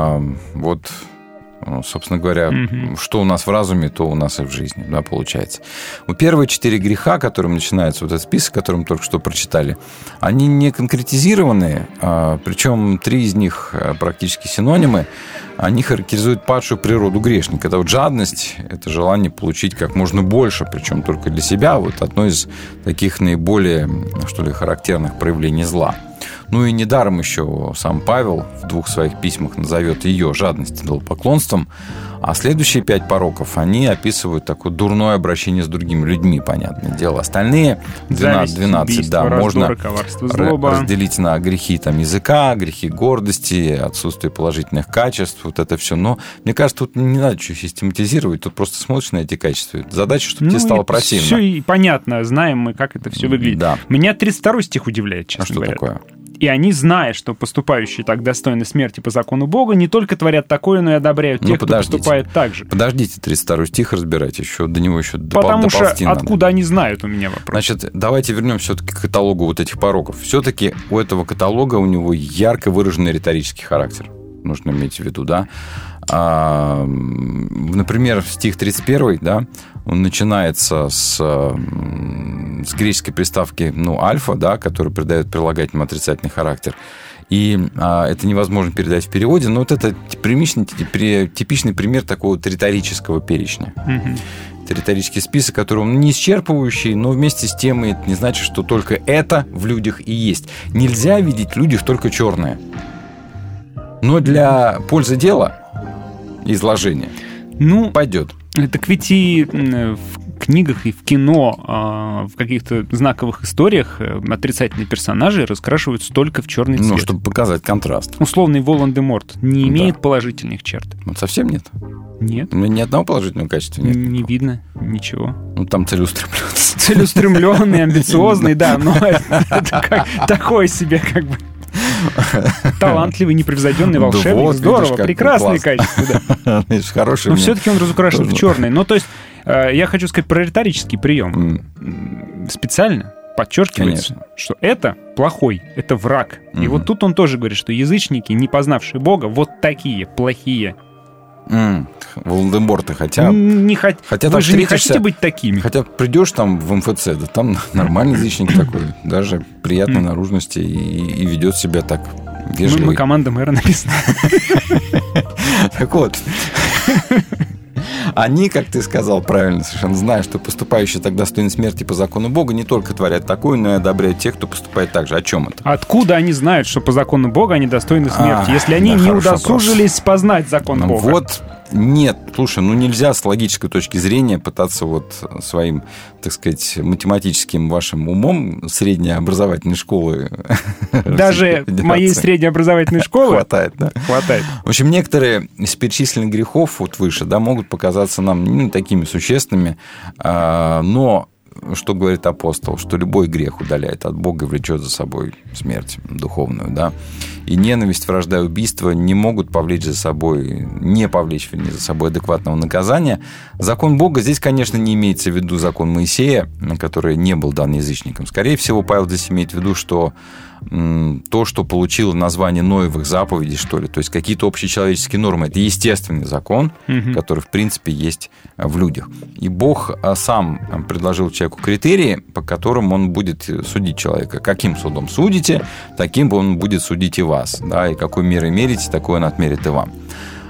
вот, собственно говоря, mm-hmm. что у нас в разуме, то у нас и в жизни, да, получается. Первые четыре греха, которым начинается вот этот список, который мы только что прочитали, они не конкретизированы, причем три из них практически синонимы. Они характеризуют падшую природу грешника. Это вот жадность, это желание получить как можно больше, причем только для себя. Вот одно из таких наиболее, что ли, характерных проявлений зла. Ну и недаром еще сам Павел в двух своих письмах назовет ее жадность идолопоклонством. А следующие пять пороков, они описывают такое дурное обращение с другими людьми, понятное дело. Остальные двенадцать, двенадцать да, раздоры, можно коварство, злоба. разделить на грехи там, языка, грехи гордости, отсутствие положительных качеств, вот это все. Но мне кажется, тут не надо что систематизировать, тут просто смотришь на эти качества. Задача, чтобы ну, тебе стало противно. Все и понятно, знаем мы, как это все выглядит. Да. Меня тридцать второй стих удивляет, честно а что говоря. Такое? И они, зная, что поступающие так достойны смерти по закону Бога, не только творят такое, но и одобряют ну, тех, подождите. кто поступает так же. Подождите, тридцать второй стих разбирать еще, до него еще допол- Потому что доползти надо. Откуда они знают, у меня вопрос. Значит, давайте вернемся все-таки к каталогу вот этих пороков. Все-таки у этого каталога у него ярко выраженный риторический характер. Нужно иметь в виду, да? А, например, стих тридцать первый, да, он начинается с, с греческой приставки, ну, альфа, да, которая придает прилагательному отрицательный характер. И а, это невозможно передать в переводе, но вот это типичный, типичный пример такого вот риторического перечня. Mm-hmm. Это риторический список, который он не исчерпывающий, но вместе с тем это не значит, что только это в людях и есть. Нельзя видеть в людях только черное. Но для пользы дела изложения ну, пойдет. Так ведь и в книгах, и в кино, в каких-то знаковых историях отрицательные персонажи раскрашиваются только в черный цвет. Ну, чтобы показать контраст. Условный Волан-де-Морт не имеет да. положительных черт. Вот совсем нет? Нет. У меня ни одного положительного качества нет. Не видно ничего. Ну, там целеустремленный. Целеустремленный, амбициозный, да, но это такое себе как бы... Талантливый, непревзойденный волшебник. Да вот, здорово, видишь, прекрасные качества. Да. Хороший. Но все-таки он разукрашен в черный. Ну, то есть, я хочу сказать про риторический прием. Mm. Специально подчеркивается, Конечно. что это плохой, это враг. Mm-hmm. И вот тут он тоже говорит, что язычники, не познавшие Бога, вот такие плохие. Mm. Волан-де-Морты хотя... Не хот... хотя Вы же не хотите быть такими. Хотя придешь там в эм эф цэ, да там нормальный язычник такой, даже приятной mm. наружности и, и ведет себя так вежливо. Мы, мы команда мэра написано. Так вот, они, как ты сказал правильно, совершенно зная, что поступающие так достойны смерти по закону Бога, не только творят такое, но и одобряют тех, кто поступает так же. О чем это? Откуда они знают, что по закону Бога они достойны смерти, а, если они да, не удосужились вопрос. познать закон ну, Бога? Вот нет, слушай, ну нельзя с логической точки зрения пытаться вот своим, так сказать, математическим вашим умом средней образовательной школы... Даже моей средней образовательной школы? Хватает, да? Хватает. В общем, некоторые из перечисленных грехов вот выше, да, могут показаться нам не такими существенными, но... Что говорит апостол? Что любой грех удаляет от Бога и влечет за собой смерть духовную, да? И ненависть, вражда и убийство не могут повлечь за собой, не повлечь, вернее, за собой адекватного наказания. Закон Бога здесь, конечно, не имеется в виду закон Моисея, который не был дан язычникам. Скорее всего, Павел здесь имеет в виду, что то, что получило название Ноевых заповедей, что ли, то есть какие-то общечеловеческие нормы, это естественный закон, угу. который, в принципе, есть в людях. И Бог сам предложил человеку критерии, по которым он будет судить человека. Каким судом судите, таким он будет судить и вас. Да, и какой мерой мерите, такой он отмерит и вам.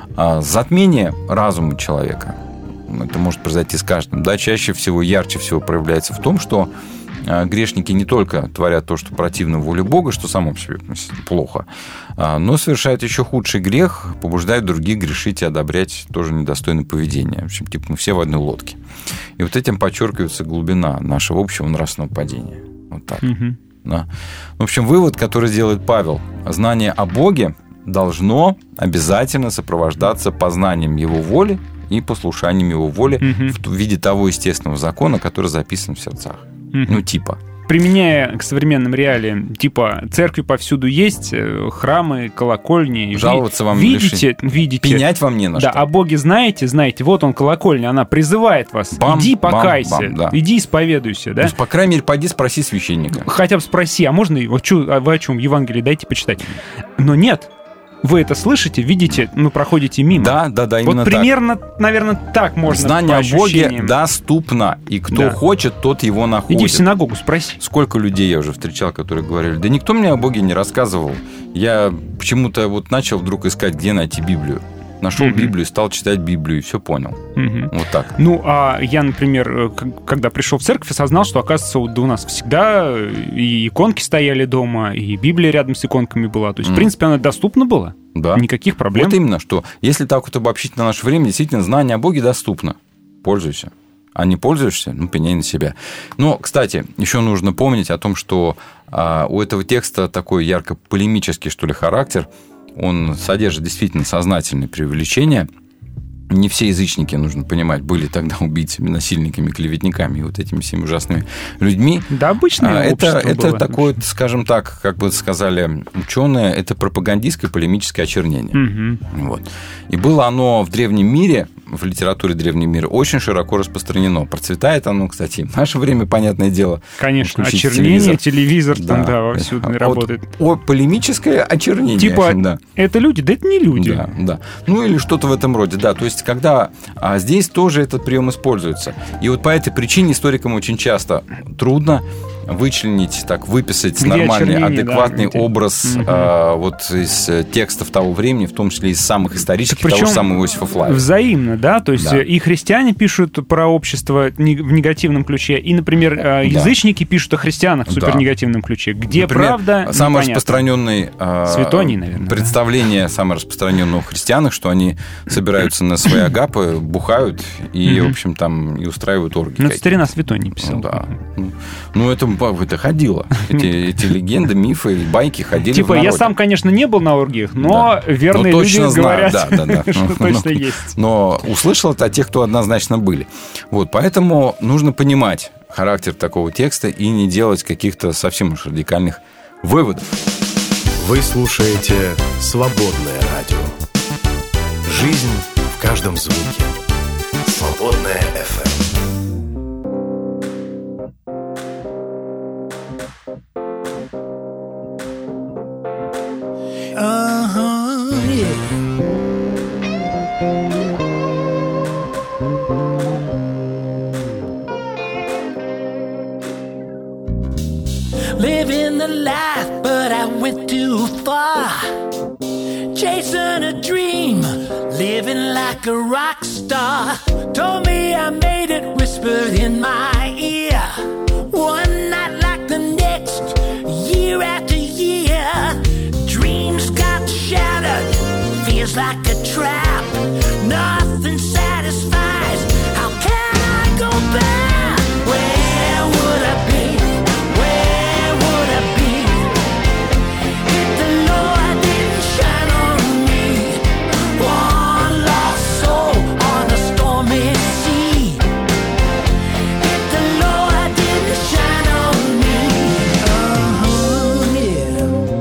Затмение разума человека, это может произойти с каждым, да, чаще всего, ярче всего проявляется в том, что грешники не только творят то, что противно воле Бога, что само по себе плохо, но совершают еще худший грех, побуждают других грешить и одобрять тоже недостойное поведение. В общем, типа мы все в одной лодке. И вот этим подчеркивается глубина нашего общего нравственного падения. Вот так. Угу. Да. В общем, вывод, который делает Павел: знание о Боге должно обязательно сопровождаться познанием Его воли и послушанием Его воли угу. в виде того естественного закона, который записан в сердцах. Mm-hmm. Ну, типа. Применяя к современным реалиям, типа, церкви повсюду есть, храмы, колокольни. Жаловаться вам видите, видите. Пенять вам не на да, что. Да, о Боге знаете, знаете, вот он, колокольня, она призывает вас. Бам, иди покайся, бам, бам, да. иди исповедуйся. Да? То есть, по крайней мере, пойди спроси священника. Хотя бы спроси, а можно, вы о чем, Евангелие дайте почитать. Но нет. Вы это слышите, видите, ну, проходите мимо. Да, да, да, именно вот примерно, так. наверное, так можно. Знание о Боге доступно, и кто да. хочет, тот его находит. Иди в синагогу, спроси. Сколько людей я уже встречал, которые говорили: да никто мне о Боге не рассказывал. Я почему-то вот начал вдруг искать, где найти Библию. Нашел mm-hmm. Библию, стал читать Библию, и все понял. Mm-hmm. Вот так. Ну, а я, например, когда пришел в церковь, осознал, что, оказывается, вот у нас всегда и иконки стояли дома, и Библия рядом с иконками была. То есть, mm-hmm. в принципе, она доступна была. Да. Никаких проблем. Вот именно, что если так вот обобщить на наше время, действительно, знание о Боге доступно. Пользуйся. А не пользуешься, ну, пеняй на себя. Но, кстати, еще нужно помнить о том, что а, у этого текста такой ярко полемический, что ли, характер. Он содержит действительно сознательные преувеличения. Не все язычники, нужно понимать, были тогда убийцами, насильниками, клеветниками и вот этими всеми ужасными людьми. Да, обычное это, общество это было. такое, скажем так, как бы сказали ученые, это пропагандистское полемическое очернение. Угу. Вот. И было оно в древнем мире в литературе древнего мира очень широко распространено. Процветает оно, кстати, в наше время, понятное дело. Конечно, Включить очернение, телевизор, телевизор там, да, да, вовсю а работает. Вот, о, полемическое очернение. Типа, да. это люди? Да это не люди. Да, да. Ну, или что-то в этом роде, да. То есть, когда а здесь тоже этот прием используется. И вот по этой причине историкам очень часто трудно вычленить, так, выписать Где нормальный, очернение, адекватный да, где... образ угу. а, вот из текстов того времени, в том числе из самых исторических, Причем того же самого Иосифа Флавия. Взаимно, да? То есть да. и христиане пишут про общество в негативном ключе, и, например, да. язычники пишут о христианах в супернегативном ключе. Где например, правда, самое непонятно. распространенное Светоний, наверное, представление, да? самое распространенное у христиан, что они собираются на свои агапы, бухают и, в общем, там и устраивают оргии. Ну, это старина Светоний писал. Ну, да. Ну, это, это ходило. Эти, эти легенды, мифы, байки ходили типа, в народе. я сам, конечно, не был на оргиях, но да. верные но люди знаю, говорят, да, да, да. что точно есть. Но услышал это от тех, кто однозначно были. Вот, поэтому нужно понимать характер такого текста и не делать каких-то совсем уж радикальных выводов. Вы слушаете «Свободное радио». Жизнь в каждом звуке. «Свободное эф эм». Uh-huh, yeah. Living the life, but I went too far. Chasing a dream, living like a rock star. Told me I made it, whispered in my ear. One night like the next, year after year. Dreams got shattered, feels like a trap. Nothing satisfies, how can I go back? Where would I be? Where would I be? If the Lord didn't shine on me. One lost soul on a stormy sea. If the Lord didn't shine on me. Uh-huh, yeah.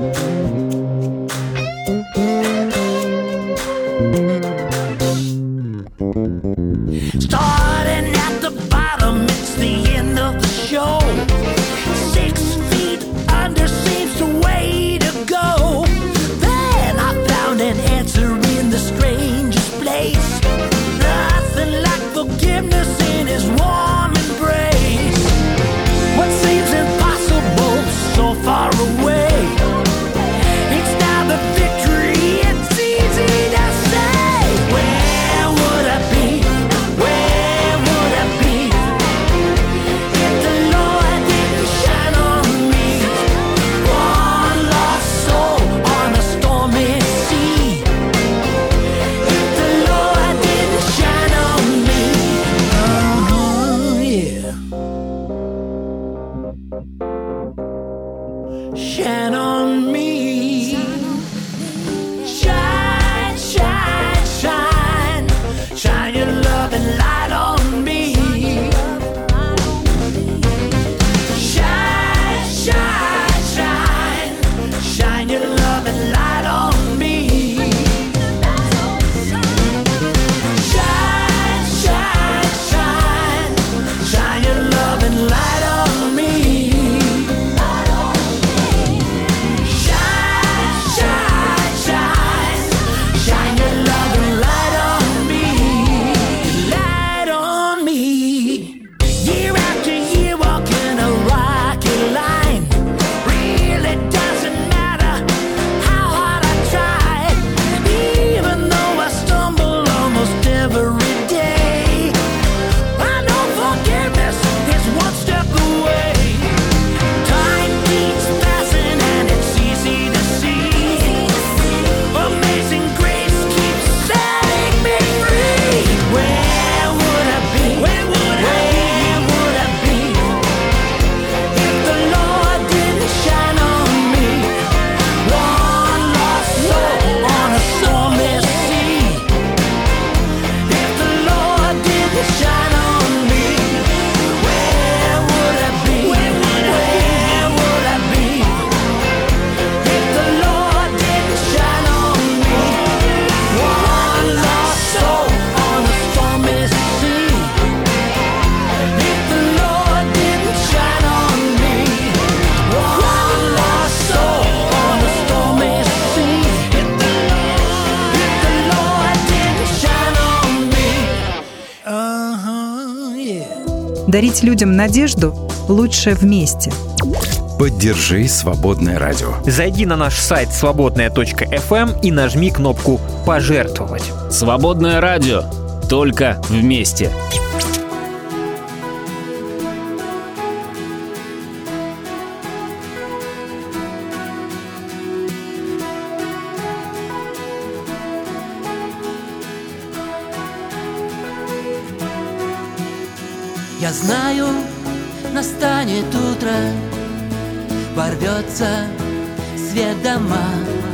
Starting at the bottom, it's the end of the show. Six feet under seems the way to go. Then I found an answer in the strangest place. Nothing like forgiveness in his warm embrace. What seems impossible so far away, it's now the victory, it's easy to say. Where would I be? Where would I be? If the Lord didn't shine on me. One lost soul on a stormy sea. If the Lord didn't shine on me. Uh-huh, yeah. Shine on me. Shine, shine, shine. Shine your love and light on me. Shine, shine, shine. Shine your love and light on me. Shine, shine, shine. Shine your love and light on me. Shine. Дарить людям надежду лучше вместе. Поддержи «Свободное радио». Зайди на наш сайт свободная точка эф эм и нажми кнопку «Пожертвовать». Свободное радио. Только вместе. Я знаю, настанет утро, ворвется свет дома,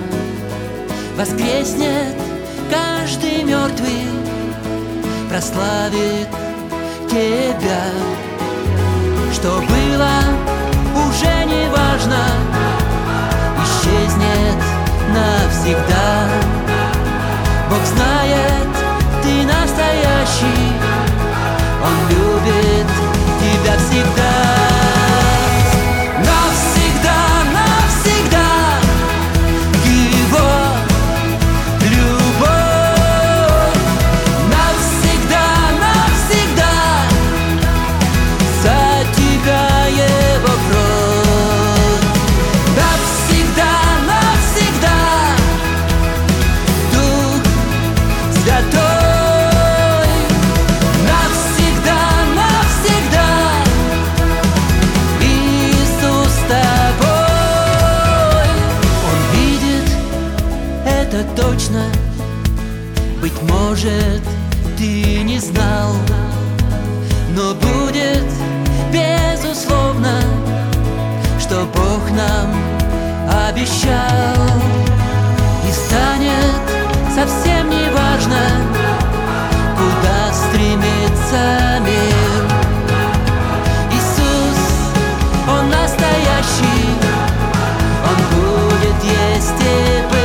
воскреснет каждый мертвый, прославит тебя. Что было, уже не важно, исчезнет навсегда. Бог знает, ты настоящий, Он любит тебя всегда. Навсегда, навсегда Его любовь. Навсегда, навсегда за тебя Его кровь. Навсегда, навсегда Дух Святой. Точно, быть может, ты не знал, но будет безусловно, что Бог нам обещал. И станет совсем не важно, куда стремится мир. Иисус, Он настоящий, Он будет есть и быть.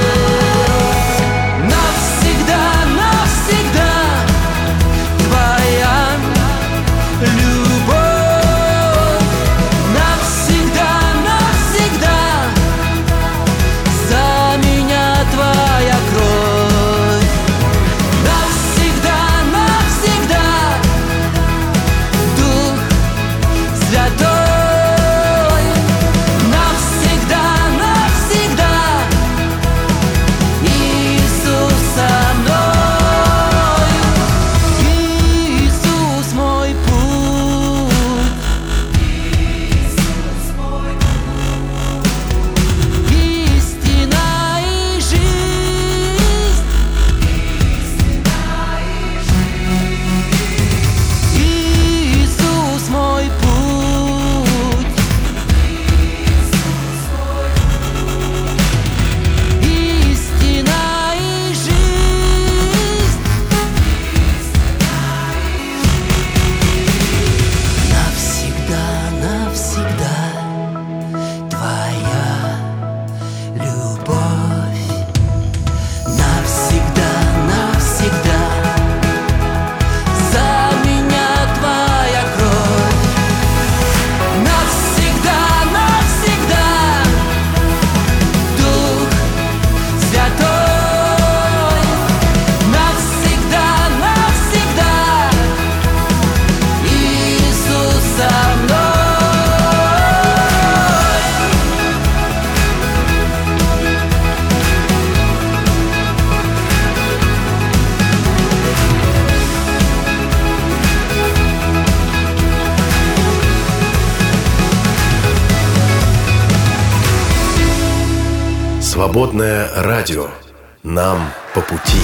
Свободное радио. Нам по пути.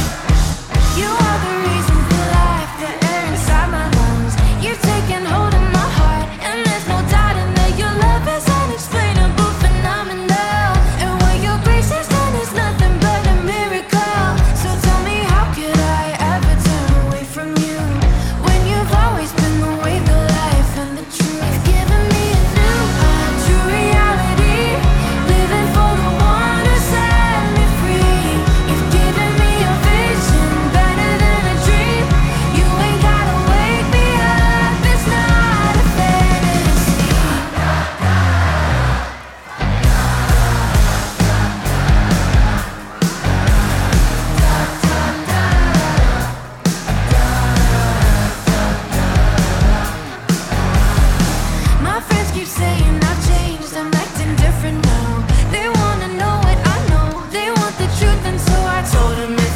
Living for the one who set me free. You've given me a vision.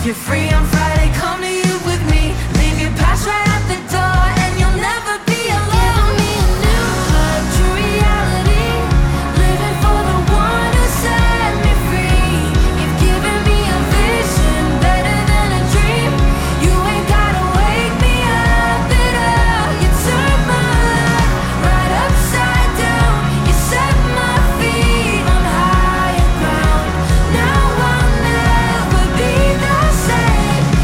You're free on Friday, come to you with me. Leave your past right at the door, and you'll never be alone. Give me a new heart, true reality. Living for the one who set me free. You've given me a vision better than a dream. You ain't gotta wake me up at all. You turn my life right upside down. You set my feet on higher ground. Now I'll never be the same.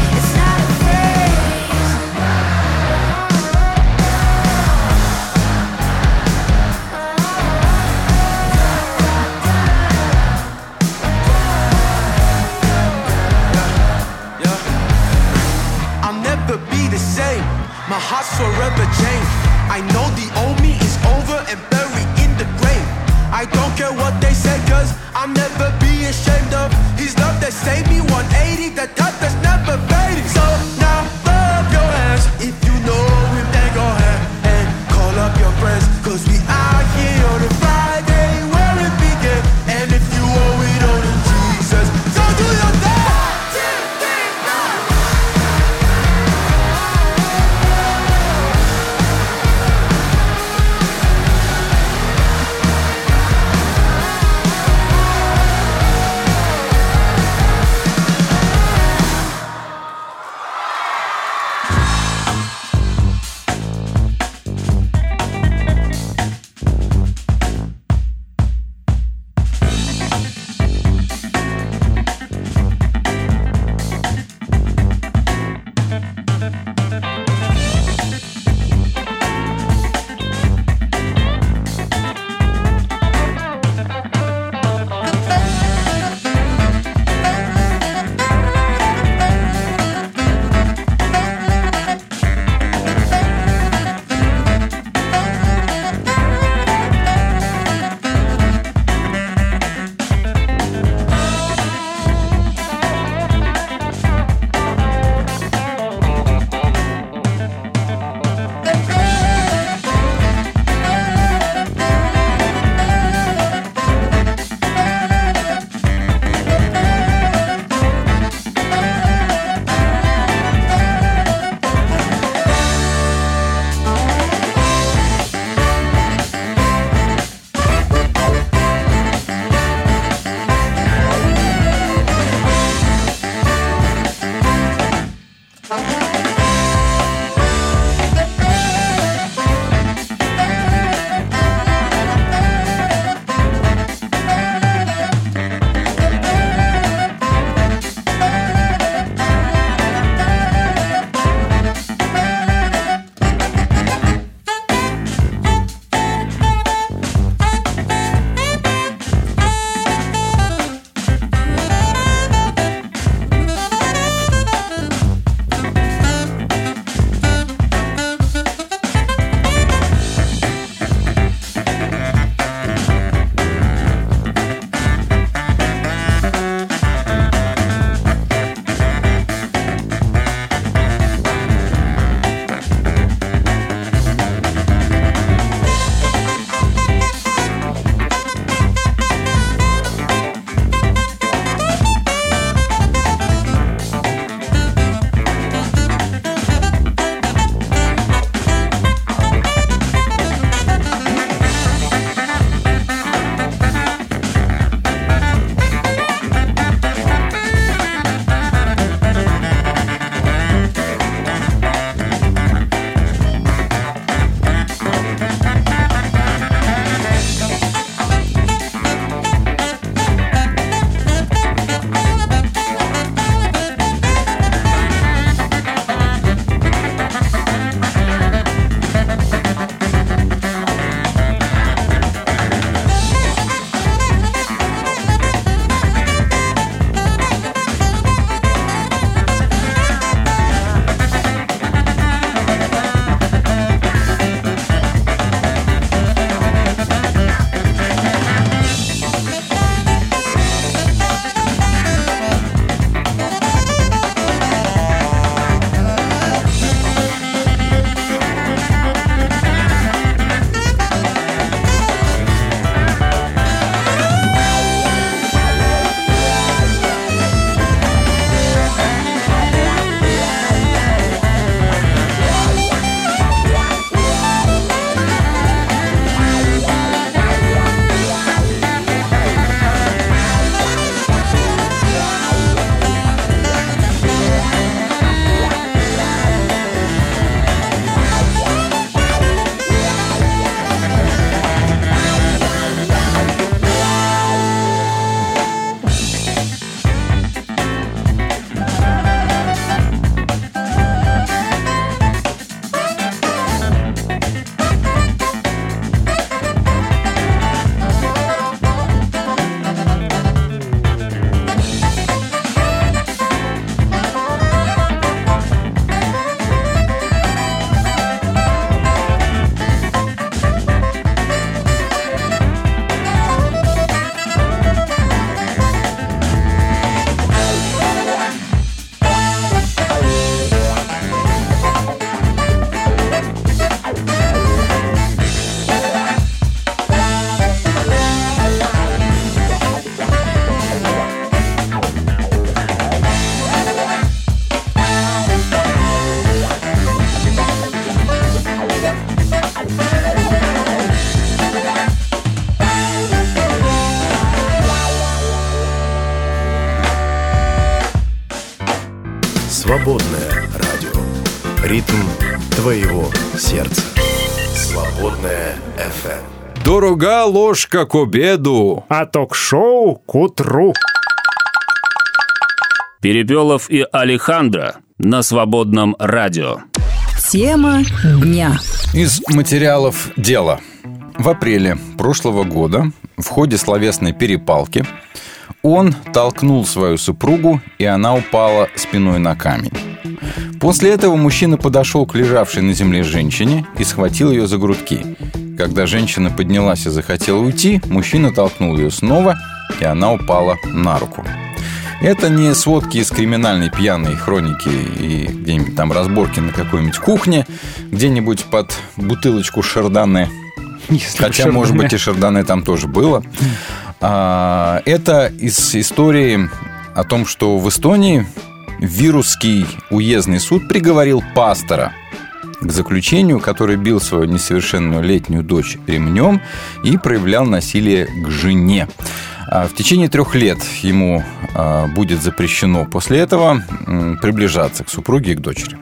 Свободное радио. Ритм твоего сердца. Свободное эф эм. Дорога ложка к обеду, а ток-шоу к утру. Перепелов и Алехандро на Свободном радио. Тема дня. Из материалов дела. В апреле прошлого года в ходе словесной перепалки он толкнул свою супругу, и она упала спиной на камень. После этого мужчина подошел к лежавшей на земле женщине и схватил ее за грудки. Когда женщина поднялась и захотела уйти, мужчина толкнул ее снова, и она упала на руку. Это не сводки из криминальной пьяной хроники и где-нибудь там разборки на какой-нибудь кухне, где-нибудь под бутылочку шардоне. Если Хотя, может быть, и шардоне там тоже было. А, это из истории о том, что в Эстонии Вирусский уездный суд приговорил пастора к заключению, который бил свою несовершеннолетнюю дочь ремнем и проявлял насилие к жене. В течение трех лет ему будет запрещено после этого приближаться к супруге и к дочери.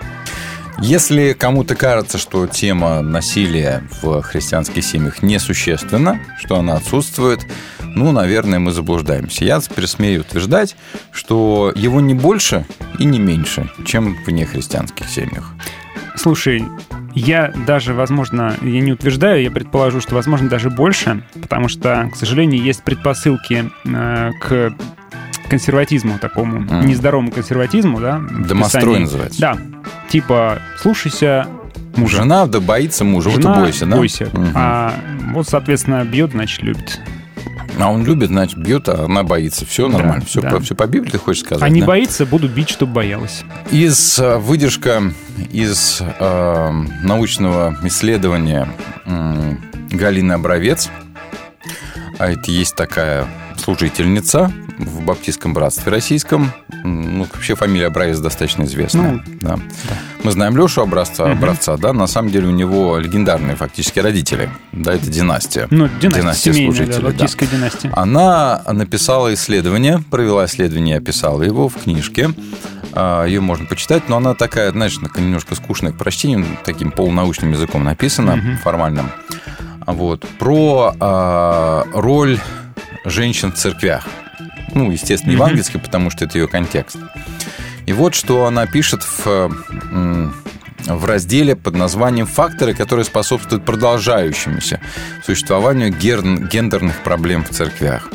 Если кому-то кажется, что тема насилия в христианских семьях несущественна, что она отсутствует, ну, наверное, мы заблуждаемся. Я теперь смею утверждать, что его не больше и не меньше, чем в нехристианских семьях. Слушай, я даже, возможно, я не утверждаю, я предположу, что, возможно, даже больше, потому что, к сожалению, есть предпосылки э, к консерватизму, такому mm. нездоровому консерватизму, да? Домострой называется. Да, типа слушайся мужа. Жена да боится мужа, Жена, вот и бойся, да? бойся. Угу. А вот, соответственно, бьет, значит, любит. А он любит, значит, бьет, а она боится. Все нормально. Да, все, да. По, все по Библии ты хочешь сказать? А не да? боится, буду бить, чтобы боялась. Из выдержка из э, научного исследования э, Галины Обровец. А это есть такая служительница в баптистском братстве российском. Ну, вообще фамилия Обровец достаточно известная. Ну, да. Да. Мы знаем Лешу Образца, угу. Образца, да, на самом деле у него легендарные фактически родители. Да, это династия. Ну, династия, династия семейная, служителей. Да, баптистская да. династия. Она написала исследование, провела исследование, описала его в книжке. Ее можно почитать, но она такая, знаешь, немножко скучная к прочтению, таким полунаучным языком написана, угу. формальным. Вот. Про а, роль женщин в церквях. Ну, естественно, евангельской, mm-hmm. потому что это ее контекст. И вот что она пишет в, в разделе под названием «Факторы, которые способствуют продолжающемуся существованию гендерных проблем в церквях».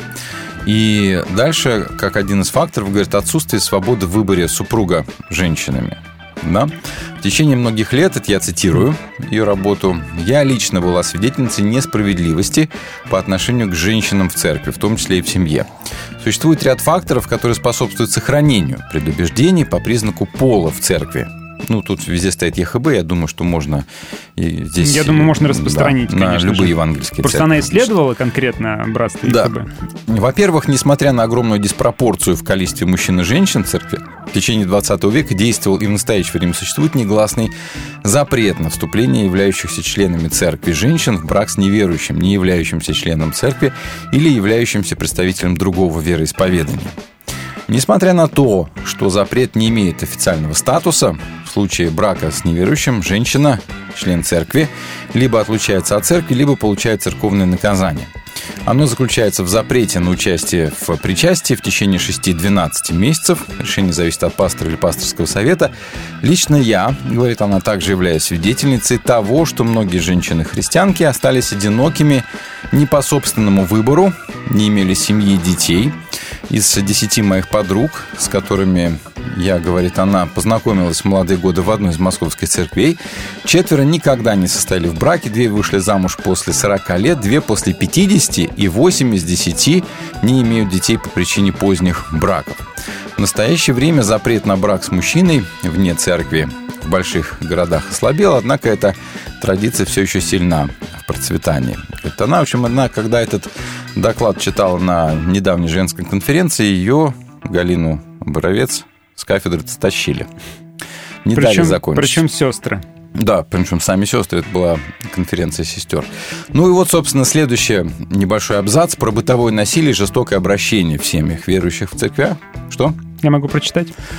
И дальше, как один из факторов, говорит, отсутствие свободы в выборе супруга женщинами. Да? В течение многих лет, это я цитирую ее работу, я лично была свидетельницей несправедливости по отношению к женщинам в церкви, в том числе и в семье. Существует ряд факторов, которые способствуют сохранению предубеждений по признаку пола в церкви. Ну, тут везде стоит ЕХБ, я думаю, что можно и здесь... Я думаю, можно распространить, да, на любые же. евангельские Просто церкви. Просто она исследовала конкретно братство да. ЕХБ. Во-первых, несмотря на огромную диспропорцию в количестве мужчин и женщин в церкви, в течение двадцатого века действовал и в настоящее время существует негласный запрет на вступление являющихся членами церкви женщин в брак с неверующим, не являющимся членом церкви или являющимся представителем другого вероисповедания. Несмотря на то, что запрет не имеет официального статуса, в случае брака с неверующим женщина, член церкви, либо отлучается от церкви, либо получает церковное наказание. Оно заключается в запрете на участие в причастии в течение шести-двенадцати месяцев. Решение зависит от пастора или пасторского совета. Лично я, говорит она, также являюсь свидетельницей того, что многие женщины-христианки остались одинокими не по собственному выбору, не имели семьи и детей. Из десяти моих подруг, с которыми я, говорит она, познакомилась в молодые годы в одной из московских церквей, четверо никогда не состояли в браке, две вышли замуж после сорока лет, две после пятидесяти, и восемь из десяти не имеют детей по причине поздних браков. В настоящее время запрет на брак с мужчиной вне церкви в больших городах ослабел, однако эта традиция все еще сильна в процветании. Это она, в общем, она, когда этот доклад читала на недавней женской конференции, ее, Галину Боровец, с кафедры стащили. Не причем, дали закончить. Причем сестры. Да, причем сами сестры, это была конференция сестер. Ну и вот, собственно, следующий небольшой абзац про бытовое насилие и жестокое обращение в семьях верующих в церквях. Что? Я могу прочитать?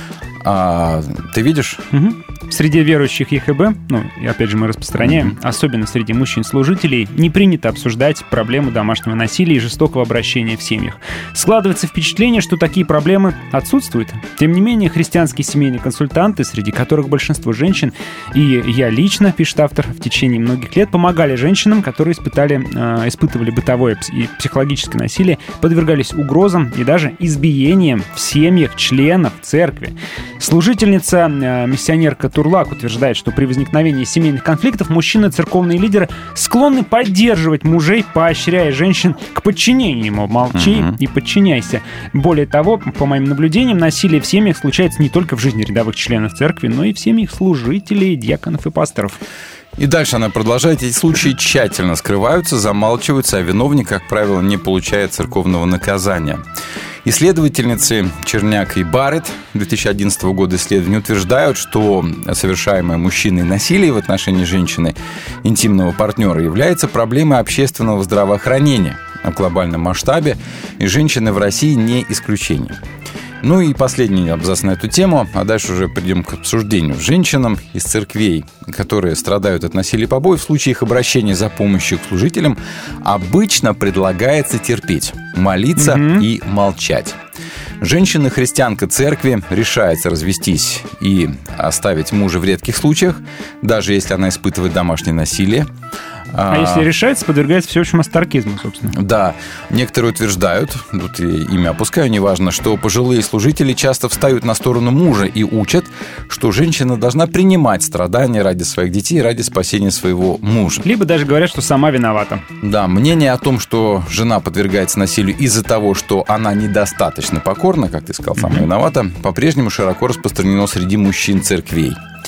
А, ты видишь? Угу. Среди верующих ЕХБ, ну, и опять же мы распространяем, mm-hmm. особенно среди мужчин-служителей, не принято обсуждать проблему домашнего насилия и жестокого обращения в семьях. Складывается впечатление, что такие проблемы отсутствуют. Тем не менее, христианские семейные консультанты, среди которых большинство женщин, и я лично, пишет автор, в течение многих лет помогали женщинам, которые испытали, э, испытывали бытовое и психологическое насилие, подвергались угрозам и даже избиениям в семьях членов церкви. Служительница, э, миссионерка Турлак утверждает, что при возникновении семейных конфликтов мужчины, церковные лидеры склонны поддерживать мужей, поощряя женщин к подчинению. Мол, молчи uh-huh. и подчиняйся. Более того, по моим наблюдениям, насилие в семьях случается не только в жизни рядовых членов церкви, но и в семьях служителей, диаконов и пасторов. И дальше она продолжает. Эти случаи тщательно скрываются, замалчиваются, а виновник, как правило, не получает церковного наказания. Исследовательницы Черняк и Барретт две тысячи одиннадцатого года исследования утверждают, что совершаемое мужчиной насилие в отношении женщины, интимного партнера, является проблемой общественного здравоохранения в глобальном масштабе, и женщины в России не исключение. Ну и последний абзац на эту тему, а дальше уже придем к обсуждению. Женщинам из церквей, которые страдают от насилия и побоев, в случае их обращения за помощью к служителям обычно предлагается терпеть, молиться mm-hmm. и молчать. Женщина-христианка церкви решается развестись и оставить мужа в редких случаях, даже если она испытывает домашнее насилие. А, а если решается, подвергается всеобщему астракизму, собственно. Да. Некоторые утверждают, тут я имя опускаю, неважно, что пожилые служители часто встают на сторону мужа и учат, что женщина должна принимать страдания ради своих детей, ради спасения своего мужа. Либо даже говорят, что сама виновата. Да, мнение о том, что жена подвергается насилию из-за того, что она недостаточно покорна, как ты сказал, сама mm-hmm. виновата, по-прежнему широко распространено среди мужчин церквей.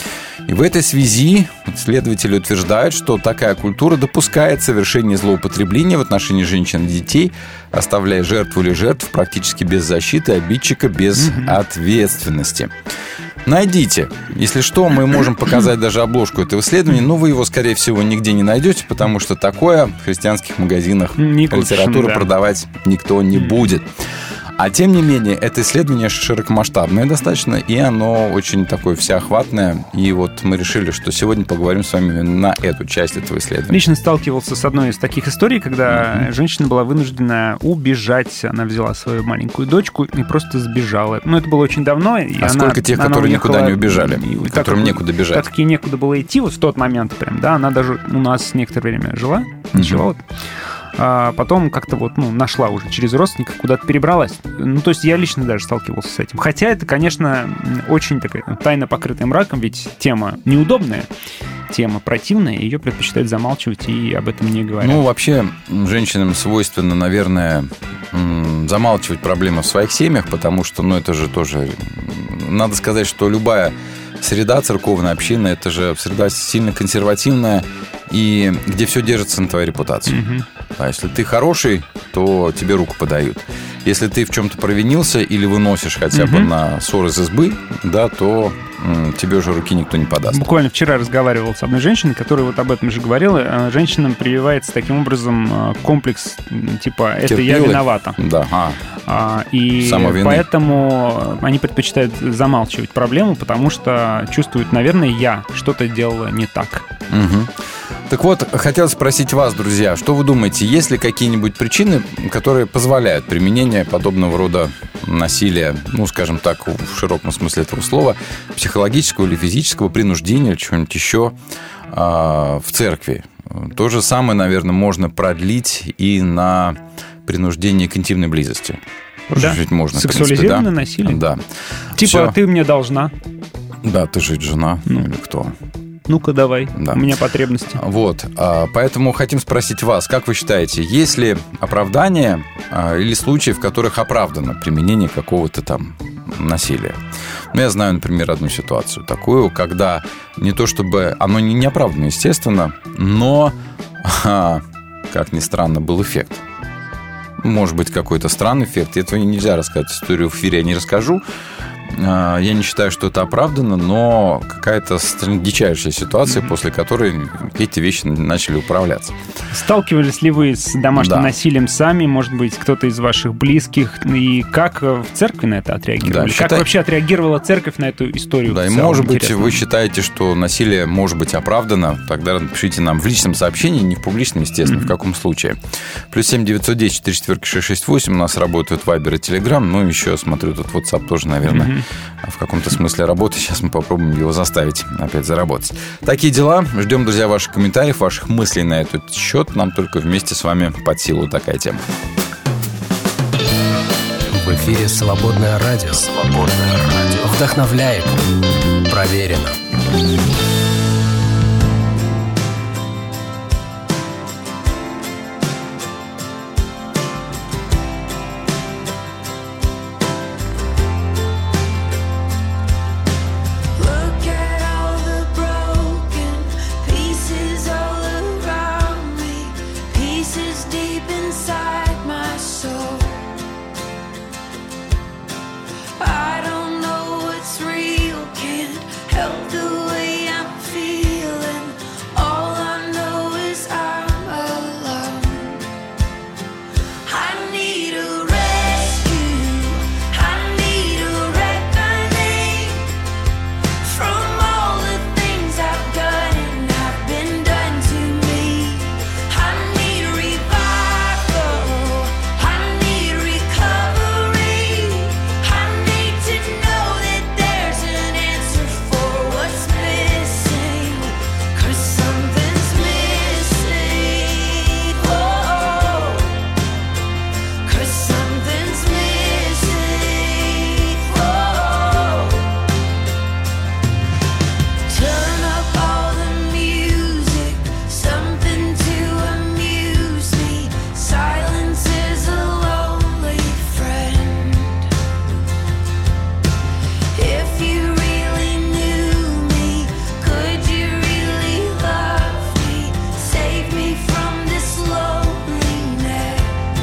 И в этой связи исследователи утверждают, что такая культура допускает совершение злоупотребления в отношении женщин и детей, оставляя жертву или жертв практически без защиты, обидчика без mm-hmm. ответственности. Найдите. Если что, мы можем показать даже обложку этого исследования, но вы его, скорее всего, нигде не найдете, потому что такое в христианских магазинах литературы да. продавать никто не будет. А тем не менее, это исследование широкомасштабное достаточно, и оно очень такое всеохватное. И вот мы решили, что сегодня поговорим с вами на эту часть этого исследования. Лично сталкивался с одной из таких историй, когда mm-hmm. женщина была вынуждена убежать. Она взяла свою маленькую дочку и просто сбежала. Но это было очень давно. И а она, сколько тех, она которые уехала, никуда не убежали, и, которым так, некуда бежать? Так как ей некуда было идти вот в тот момент прям, да, она даже у нас некоторое время жила, ночевала. Mm-hmm. А потом как-то вот, ну, нашла уже через родственников, куда-то перебралась. Ну, то есть я лично даже сталкивался с этим. Хотя это, конечно, очень такая тайна, покрытая мраком, ведь тема неудобная, тема противная, ее предпочитают замалчивать и об этом не говорят. Ну, вообще, женщинам свойственно, наверное, замалчивать проблемы в своих семьях, потому что, ну, это же тоже... Надо сказать, что любая среда церковная, община, это же среда сильно консервативная, и где все держится на твоей репутации. Mm-hmm. А если ты хороший, то тебе руку подают. Если ты в чем-то провинился или выносишь хотя mm-hmm. бы на ссор из избы, да, то м, тебе уже руки никто не подаст. Буквально вчера разговаривал с одной женщиной, которая вот об этом же говорила. Женщинам прививается таким образом комплекс типа «это Терпилы. Я виновата». Да. А. А, и поэтому они предпочитают замалчивать проблему, потому что чувствуют, наверное, я что-то делала не так. Угу. Так вот, хотел спросить вас, друзья, что вы думаете, есть ли какие-нибудь причины, которые позволяют применение подобного рода насилия, ну, скажем так, в широком смысле этого слова, психологического или физического принуждения или чего-нибудь еще э, в церкви? То же самое, наверное, можно продлить и на принуждение к интимной близости. Да, жить можно, сексуализированное в принципе, да? насилие. Да. Типа, Все. Ты мне должна. Да, ты же жена, ну или кто? Ну-ка, давай, да. У меня потребности. Вот, поэтому хотим спросить вас, как вы считаете, есть ли оправдание или случаи, в которых оправдано применение какого-то там насилия? Ну, я знаю, например, одну ситуацию такую, когда не то чтобы... Оно не оправдано, естественно, но, как ни странно, был эффект. Может быть, какой-то странный эффект. Этого нельзя рассказать историю в эфире, я не расскажу. я не считаю, что это оправдано, но какая-то дичайшая ситуация, mm-hmm. после которой эти вещи начали управляться. Сталкивались ли вы с домашним да. насилием сами, может быть, кто-то из ваших близких, и как в церкви на это отреагировали? Да, считай... Как вообще отреагировала церковь на эту историю? Да, и может быть, вы считаете, что насилие может быть оправдано, тогда напишите нам в личном сообщении, не в публичном, естественно, mm-hmm. в каком случае. Плюс семь девятьсот десять четыре четыре шесть шесть восемь, у нас работают Viber и Telegram, ну, еще смотрю, тут WhatsApp тоже, наверное, mm-hmm. в каком-то смысле работы. Сейчас мы попробуем его заставить опять заработать. Такие дела. Ждем, друзья, ваших комментариев, ваших мыслей на этот счет. Нам только вместе с вами под силу такая тема. В эфире «Свободное радио». «Свободное радио». Вдохновляет. Проверено. I don't know what's real, can't help the way I'm feeling. All I know is I'm alone. I need a rescue, I need a reckoning from all the things I've done and have been done to me. I need revival, I need recovery. I need to know that there's an answer for what's missing, 'cause something's missing. Oh, 'cause something's missing. Oh, turn up all the music, something to amuse me. Silence is a lonely friend. If you really knew me, could you really love me? Save me from this loneliness.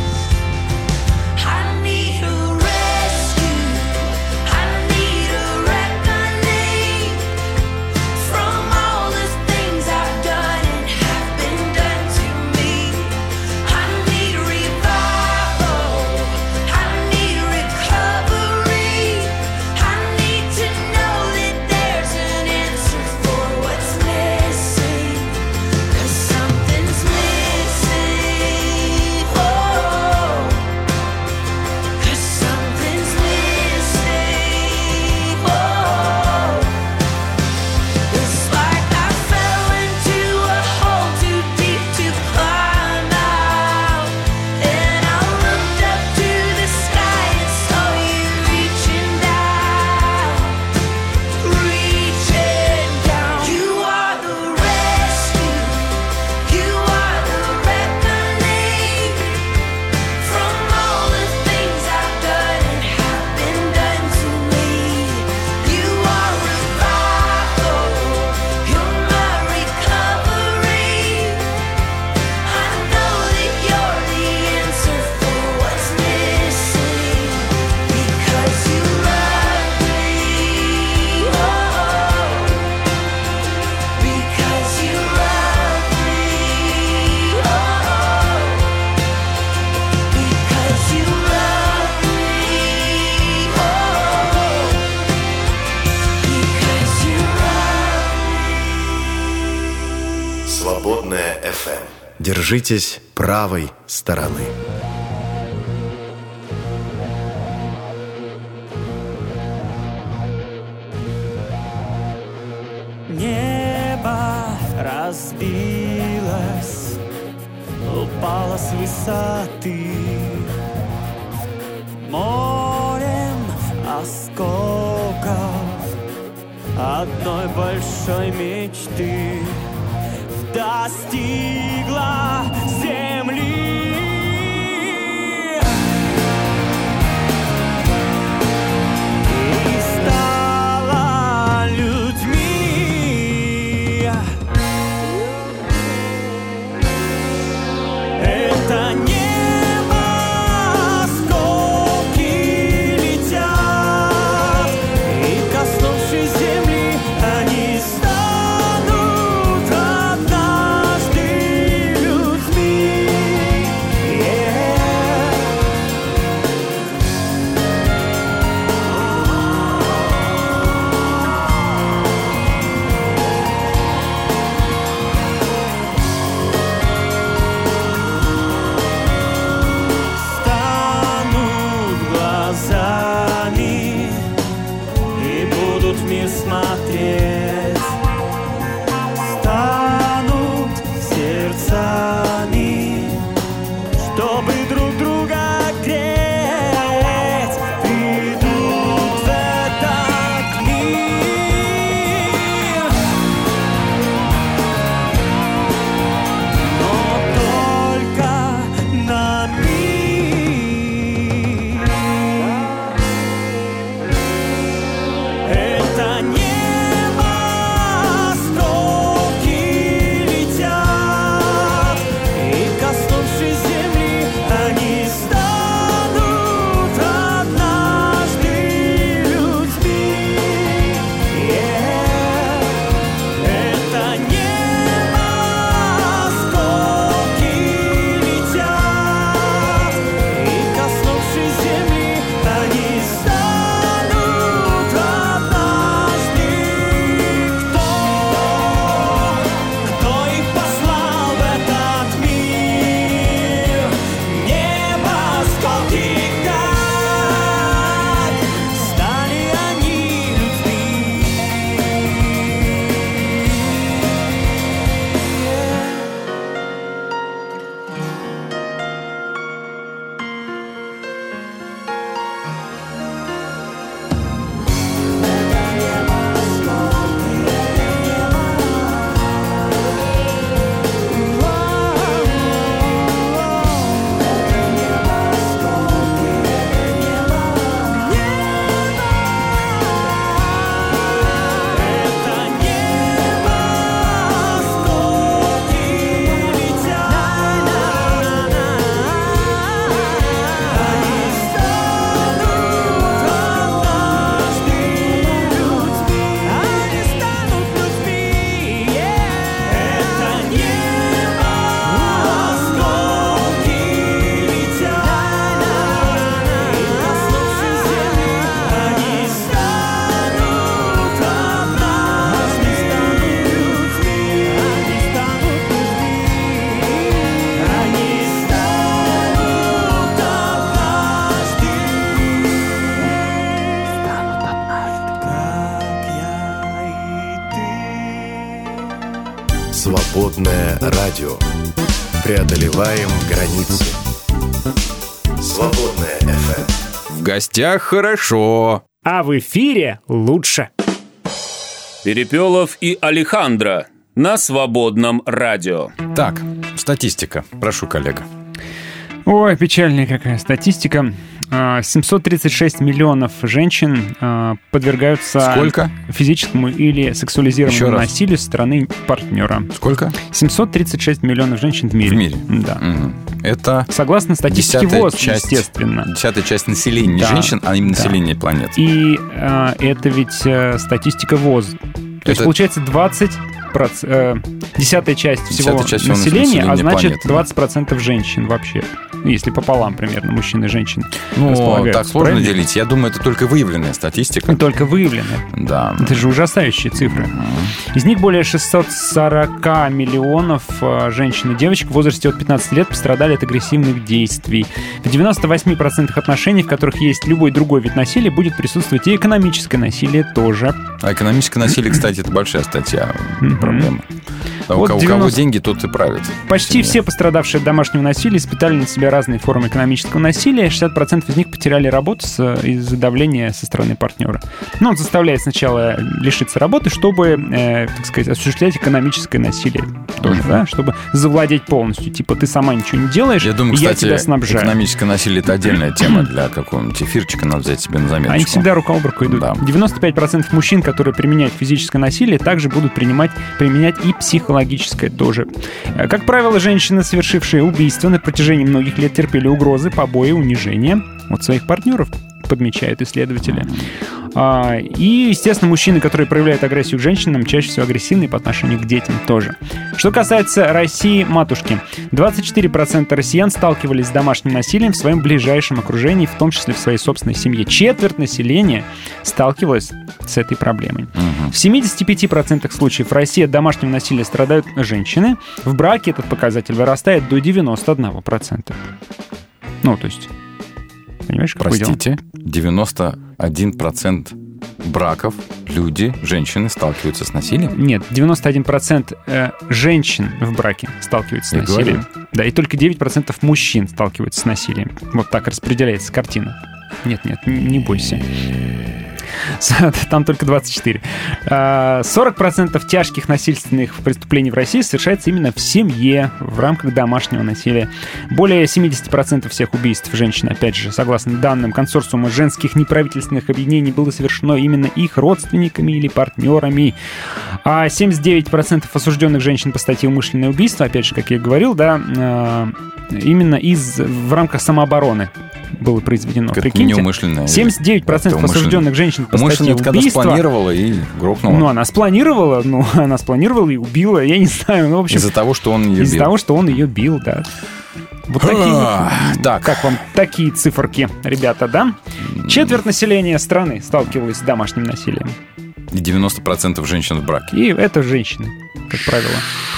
I need a rescue, I need a reckoning from all the things I've done and have been done to me. I need revival, I need recovery. I need to know that there's an answer for what's missing, 'cause something's missing. Oh, 'cause something's missing. Oh, it's like I fell into a hole too deep to climb out. Then I looked up to the sky and saw you reaching down, reaching down. You are the rescue, you are the reckoning from all the things I've done and have been done to me. You are revival, you're my recovery. I know that you're the answer for what's missing, because you love me. Oh, because you love me. Oh, because you love me. Oh, because you love me. Свободная эф эм. Держитесь правой стороны. Небо разбилось, упало с высоты, морем осколков одной большой мечты достигла земли. И стала людьми. Это небо, осколки летят, Свободное радио. Преодолеваем границы. Свободное эф эм. В гостях хорошо. А в эфире лучше. Перепелов и Алехандро на Свободном радио. Так, статистика. Прошу, коллега. Ой, печальная какая статистика. семьсот тридцать шесть миллионов женщин подвергаются Сколько? физическому или сексуализированному насилию со стороны партнера. Сколько? семьсот тридцать шесть миллионов женщин в мире. В мире? Да. Угу. Это согласно статистике ВОЗ, часть, естественно. Десятая часть населения, Да. не женщин, а именно Да. населения планеты. И э, это ведь э, статистика ВОЗ. То Это- есть, получается, двадцать процентов, э, десятая часть всего Десятая часть всего населения, а населения значит, планеты. двадцать процентов женщин вообще. Ну, если пополам примерно, мужчин и женщин Ну, располагаются, так сложно правильно? делить. Я думаю, это только выявленная статистика. Только выявлены. Да. Это же ужасающие цифры. Из них более шестьсот сорок миллионов э, женщин и девочек в возрасте от пятнадцати лет пострадали от агрессивных действий. В девяноста восьми процентах отношений, в которых есть любой другой вид насилия, будет присутствовать и экономическое насилие тоже. А экономическое насилие, кстати, это большая статья проблемы. А Вот у, кого, у кого девяносто деньги, тот и правит. Почти все пострадавшие от домашнего насилия испытали на себе разные формы экономического насилия. шестьдесят процентов из них потеряли работу с- из-за давления со стороны партнера. Ну, он заставляет сначала лишиться работы, чтобы, э, так сказать, осуществлять экономическое насилие тоже, да, чтобы завладеть полностью. Типа, ты сама ничего не делаешь, Я думаю, и я кстати, тебя снабжаю. экономическое насилие – это отдельная тема для какого-нибудь эфирчика, надо взять себе на заметочку. Они всегда рука об руку идут. Да. девяносто пять процентов мужчин, которые применяют физическое насилие, также будут принимать, применять и психологическое тоже. Э, Как правило, женщины, совершившие убийство, на протяжении многих лет терпели угрозы, побои, унижения от своих партнеров, подмечают исследователи. А, И, естественно, мужчины, которые проявляют агрессию к женщинам, чаще всего агрессивны по отношению к детям тоже. Что касается России, матушки, двадцать четыре процента россиян сталкивались с домашним насилием в своем ближайшем окружении, в том числе в своей собственной семье. Четверть населения сталкивалась с этой проблемой. В семидесяти пяти процентах случаев в России от домашнего насилия страдают женщины. В браке этот показатель вырастает до девяноста одного процента. Ну, то есть... Понимаешь, какое дело? Простите, девяносто один процент браков люди, женщины, сталкиваются с насилием? Нет, девяносто один процент э, женщин в браке сталкиваются с Я насилием. говорю. Да, и только девять процентов мужчин сталкиваются с насилием. Вот так распределяется картина. Нет, нет, н- не бойся. Там только двадцать четыре. А, сорок процентов тяжких насильственных преступлений в России совершается именно в семье, в рамках домашнего насилия. Более семьдесят процентов всех убийств женщин, опять же, согласно данным консорциума женских неправительственных объединений, было совершено именно их родственниками или партнерами. А семьдесят девять процентов осужденных женщин по статье «Умышленное убийство», опять же, как я и говорил, да, а, именно из, в рамках самообороны было произведено. Это Прикиньте, неумышленное. семьдесят девять процентов Это умышленно. осужденных женщин по статье Умышленно это когда убийства. спланировала и грохнула. Ну, она спланировала, ну, она спланировала и убила, я не знаю, ну, в общем... Из-за того, что он ее Из-за бил. того, что он ее бил, да. Вот такие, А, так. как вам такие циферки, ребята, да? Четверть населения страны сталкивалась с домашним насилием. И девяносто процентов женщин в браке. И это женщины, как правило.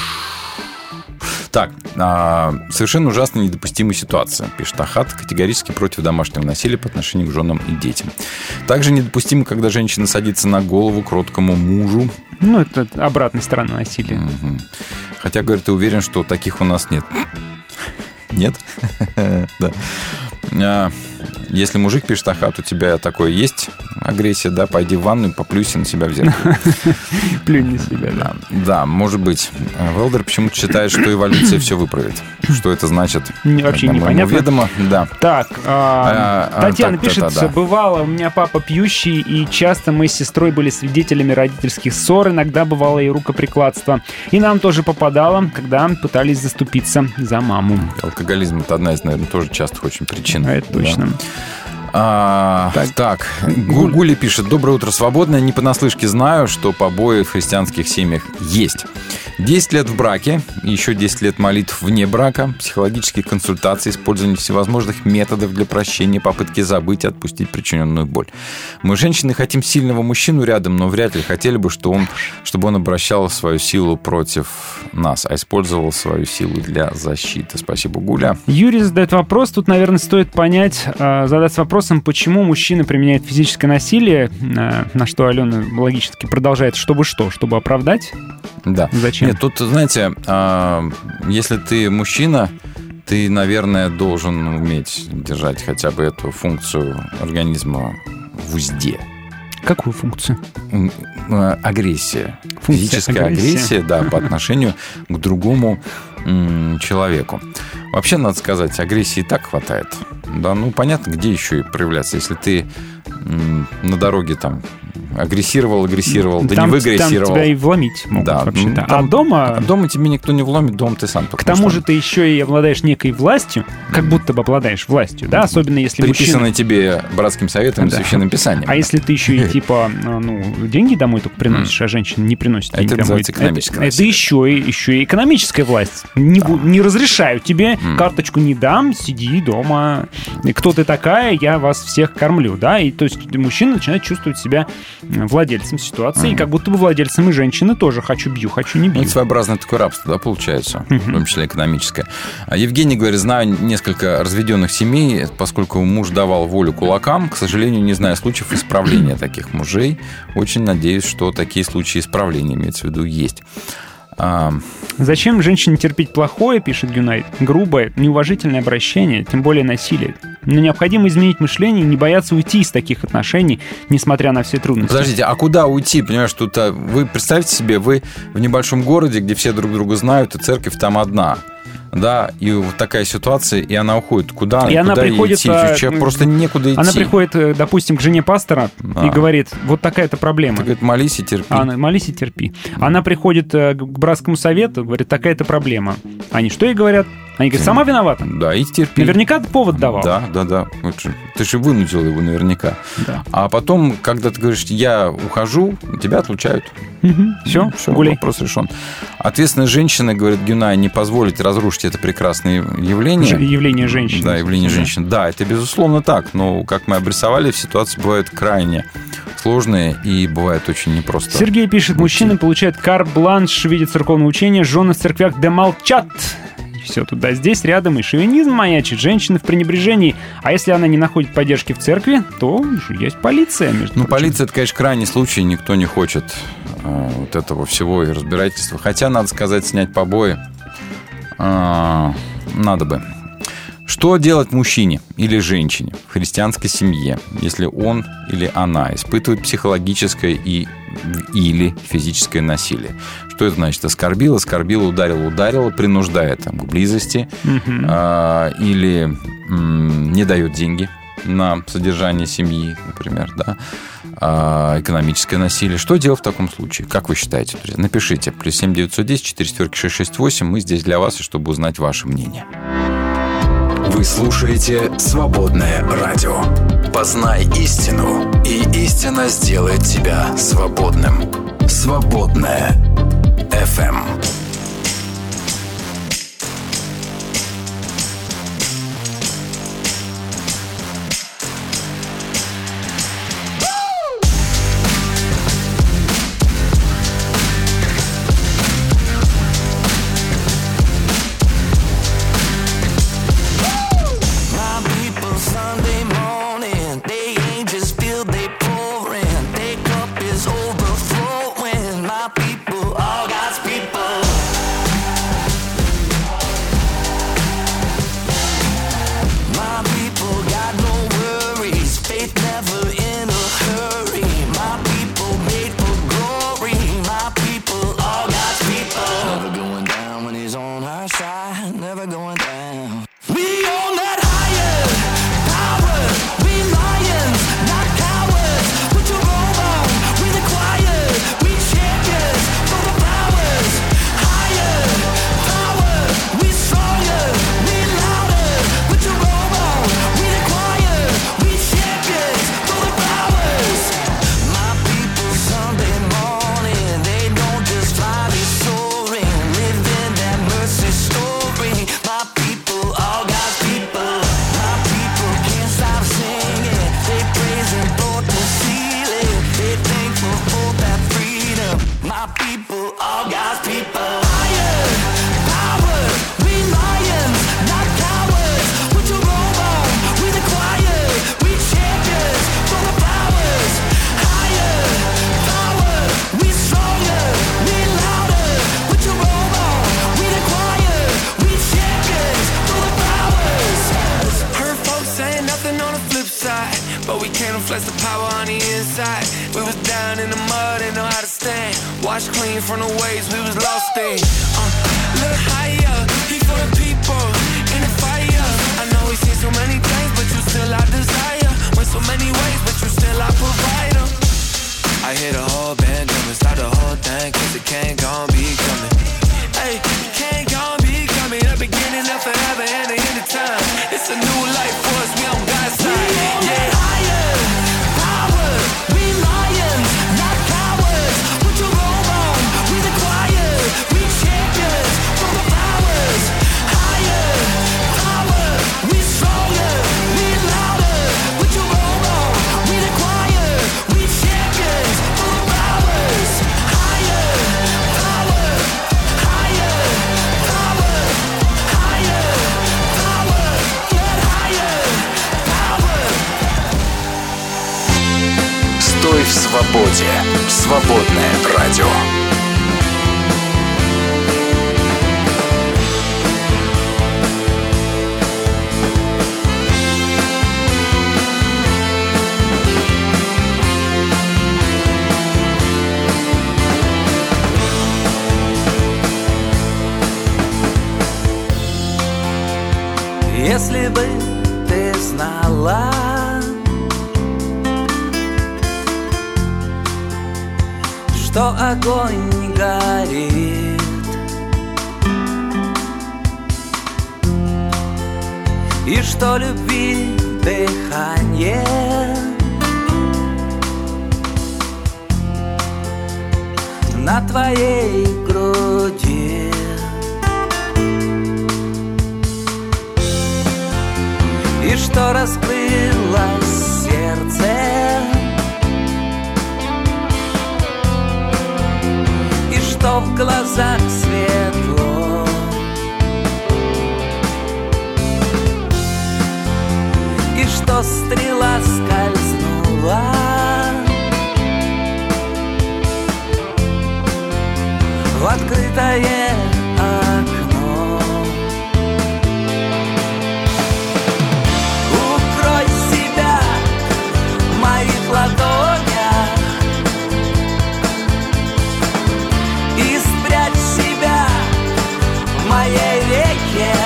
Так, а, совершенно ужасная недопустимая ситуация, пишет Ахат, категорически против домашнего насилия по отношению к женам и детям. Также недопустимо, когда женщина садится на голову кроткому мужу. Ну, это обратная сторона насилия. Мгм. Хотя, говорит, ты уверен, что таких у нас нет. Нет? Да. А, Если мужик, пишет Ахат, у тебя такое есть агрессия, да, пойди в ванну и поплюйся на себя в зеркало. Плюнь на себя, да. Да, может быть. Велдер почему-то считает, что эволюция все выправит. Что это значит? Не- вообще По-моему, непонятно. ведомо, да. Так, а, А, а, Татьяна так, пишет, да, да, да. бывало, у меня папа пьющий, и часто мы с сестрой были свидетелями родительских ссор, иногда бывало и рукоприкладство. И нам тоже попадало, когда пытались заступиться за маму. Алкоголизм – это одна из, наверное, тоже частых очень причин. Это точно. Да. А, так, так. Гу- Гули пишет: доброе утро, свободное. Не понаслышке знаю, что побои в христианских семьях есть. десять лет в браке, еще десять лет молитв вне брака, психологических консультаций, использование всевозможных методов для прощения, попытки забыть и отпустить причиненную боль. Мы, женщины, хотим сильного мужчину рядом, но вряд ли хотели бы, что он, чтобы он обращал свою силу против нас, а использовал свою силу для защиты. Спасибо, Гуля. Юрий задает вопрос. Тут, наверное, стоит понять, э, задать вопрос, вопросом, почему мужчины применяют физическое насилие, э, на что Алена логически продолжает, чтобы что? Чтобы оправдать? Да. Зачем? Нет, тут, знаете, э, если ты мужчина, ты, наверное, должен уметь держать хотя бы эту функцию организма в узде. Какую функцию? Агрессия. Функция Физическая агрессия. агрессия, да, по отношению к другому м, человеку. Вообще, надо сказать, агрессии и так хватает. Да, ну, понятно, где еще и проявляться. Если ты м, на дороге там агрессировал, агрессировал, да Там- не выагрессировал. Там тебя и вломить могут Да, вообще-то. ну, А там- дома... Дома тебе никто не вломит, дом ты сам. К тому же ты еще и обладаешь некой властью, как будто бы обладаешь властью, да, особенно если приписанной мужчина... тебе братским советом и Да. священным писанием. А если ты еще и типа, ну, деньги домой только приносишь, а женщина не приносит Это деньги домой. называется экономическое это, это насилие. еще и, еще и экономическая власть. Не, бу- не разрешаю тебе, карточку не дам, сиди дома. И кто ты такая, я вас всех кормлю, да? И то есть мужчина начинает чувствовать себя владельцем ситуации, и как будто бы владельцем и женщины тоже. Хочу бью, хочу не Ну, бью. это своеобразное такое рабство, да, получается, в том числе экономическое. А Евгений говорит, знаю несколько разведенных семей, поскольку муж давал волю кулакам, к сожалению, не знаю случаев исправления таких мужей. Очень надеюсь, что такие случаи исправления, имеется в виду, есть. А, Зачем женщине терпеть плохое, пишет Гюнай, грубое, неуважительное обращение, тем более насилие. Но необходимо изменить мышление и не бояться уйти из таких отношений, несмотря на все трудности. Подождите, а куда уйти? Понимаешь, тут а, вы представьте себе, вы в небольшом городе, где все друг друга знают, и церковь там одна. Да, и вот такая ситуация, и она уходит. Куда, И куда она ей приходит, идти? а, Человек просто некуда идти. Она приходит, э, допустим, к жене пастора Да. и говорит, вот такая-то проблема. Ты, говорит, молись и терпи. А Она, молись и терпи. Она приходит э, к братскому совету, говорит, такая-то проблема. Они что ей говорят? Они говорят, сама виновата. Да, и терпи. Наверняка ты повод давал. Да, да, да. Вот же, ты же вынудил его наверняка. Да. А потом, когда ты говоришь, я ухожу, тебя отлучают. Все, Все, гуляй. вопрос решен. Ответственная женщина, говорит Гюнай, не позволить разрушить это прекрасное явление. Ж- явление женщины. Да, явление Да. женщин. Да, это безусловно так. Но, как мы обрисовали, ситуации бывают крайне сложные и бывает очень непросто. Сергей пишет, мужчины получают карт-бланш в виде церковного учения, жены в церквях да молчат. Все туда-здесь, рядом, и шовинизм маячит, женщины в пренебрежении. А если она не находит поддержки в церкви, то есть полиция, между Ну, прочим. полиция, это, конечно, крайний случай, никто не хочет э, вот этого всего и разбирательства. Хотя, надо сказать, снять побои э, надо бы. Что делать мужчине или женщине в христианской семье, если он или она испытывает психологическое и, или физическое насилие? Что это значит? Оскорбил, оскорбил, ударил, ударил, принуждает там, к близости Мгм. э, или м, не дает деньги на содержание семьи, например, да, а, экономическое насилие. Что делать в таком случае? Как вы считаете, друзья? Напишите. Плюс семь девятьсот десять четыре четыре шесть шесть восемь. Мы здесь для вас, и чтобы узнать ваше мнение. Вы слушаете «Свободное радио». Познай истину, и истина сделает тебя свободным. «Свободное эф эм». My people Sunday morning, they ain't just filled, they pouring. Their cup is overflowing. My people, all God's people. came to flex the power on the inside. We was down in the mud, ain't know how to stand. Wash clean from the waves, we was lost in. Uh, look higher, he for the people in the fire. I know we seen so many things, but you still our desire. Went so many ways, but you still our provider. I hit a whole band, and start the whole thing, cause it can't gon' be coming. Hey, it can't gon' be coming. The beginning of forever and the end of time. It's a new life for us, we on God's side. Yeah. Higher, power, we lions, not cowards. Put your robe on, we the choir. We champions from the powers. Higher, power, we stronger, we louder. Put your robe on, we the choir. We champions from the powers. Higher, power, higher, power, higher, power, get higher, power. Стой в свободе. Свободное радио. Если бы ты знала, что огонь не горит, и что любви дыхание на твоей груди, и что раскрылось сердце, и что в глазах светло, и что стрела скользнула в открытое окно. Укрой себя в моих ладонях и спрячь себя в моей реке.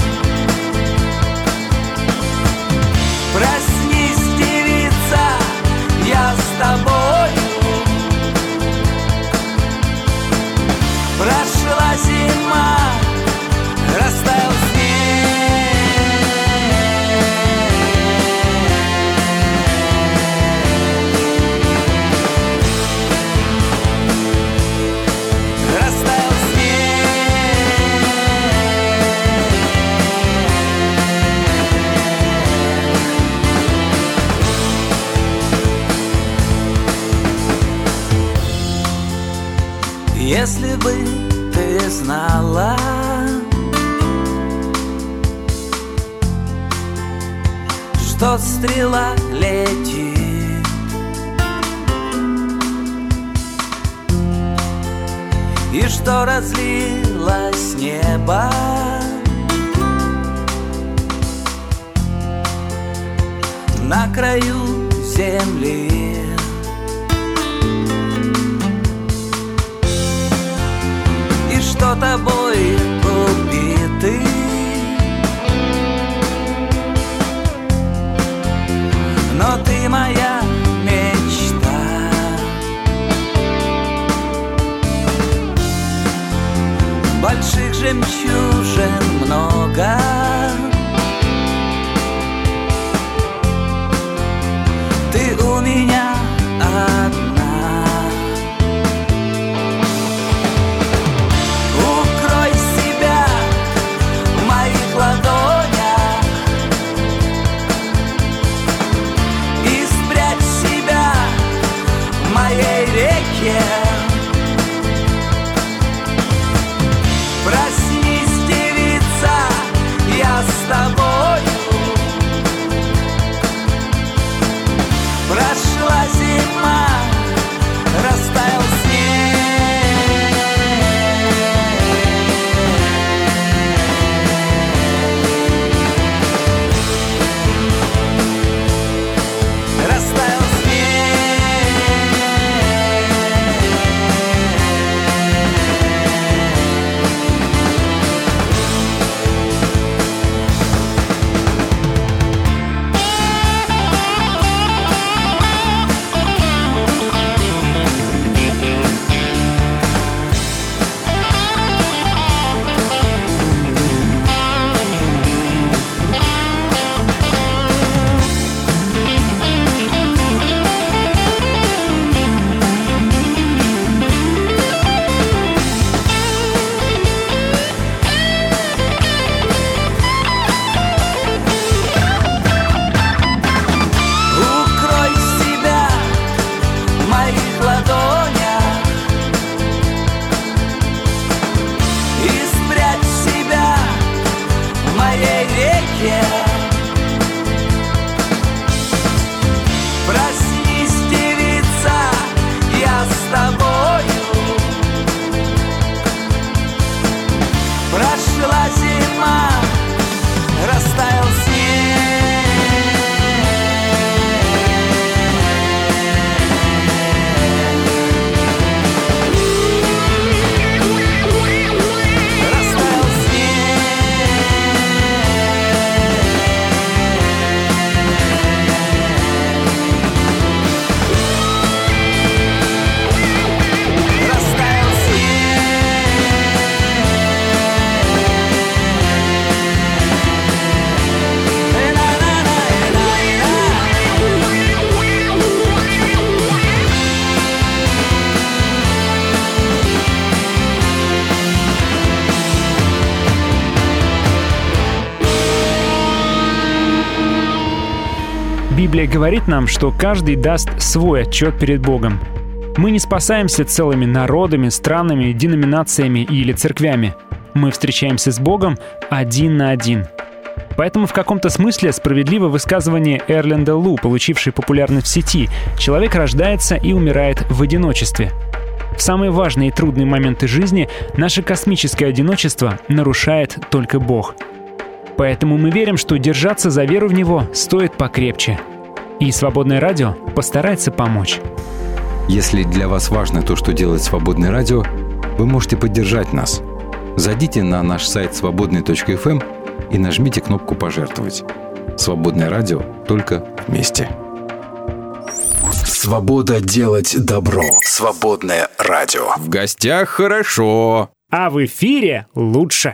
Проснись, девица, я с тобой. Прошла зима, растаял снег, растаял снег. Если бы ты знала, что стрела летит, и что разлилось небо на краю земли, и что тобой убиты но ты моя мечта. Больших жемчужин много, ты у меня одна. Укрой себя в моих ладонях и спрячь себя в моей реке. Проснись, девица, я с тобой. Прошла зима, растаял снег, растаял Библия говорит нам, что каждый даст свой отчет перед Богом. Мы не спасаемся целыми народами, странами, деноминациями или церквями. Мы встречаемся с Богом один на один. Поэтому в каком-то смысле справедливо высказывание Эрленда Лу, получившей популярность в сети: «Человек рождается и умирает в одиночестве». В самые важные и трудные моменты жизни наше космическое одиночество нарушает только Бог. Поэтому мы верим, что держаться за веру в Него стоит покрепче. И «Свободное радио» постарается помочь. Если для вас важно то, что делает «Свободное радио», вы можете поддержать нас. Зайдите на наш сайт свободный точка эф эм и нажмите кнопку «Пожертвовать». «Свободное радио» только вместе. Свобода делать добро. Свободное радио. В гостях хорошо. А в эфире лучше.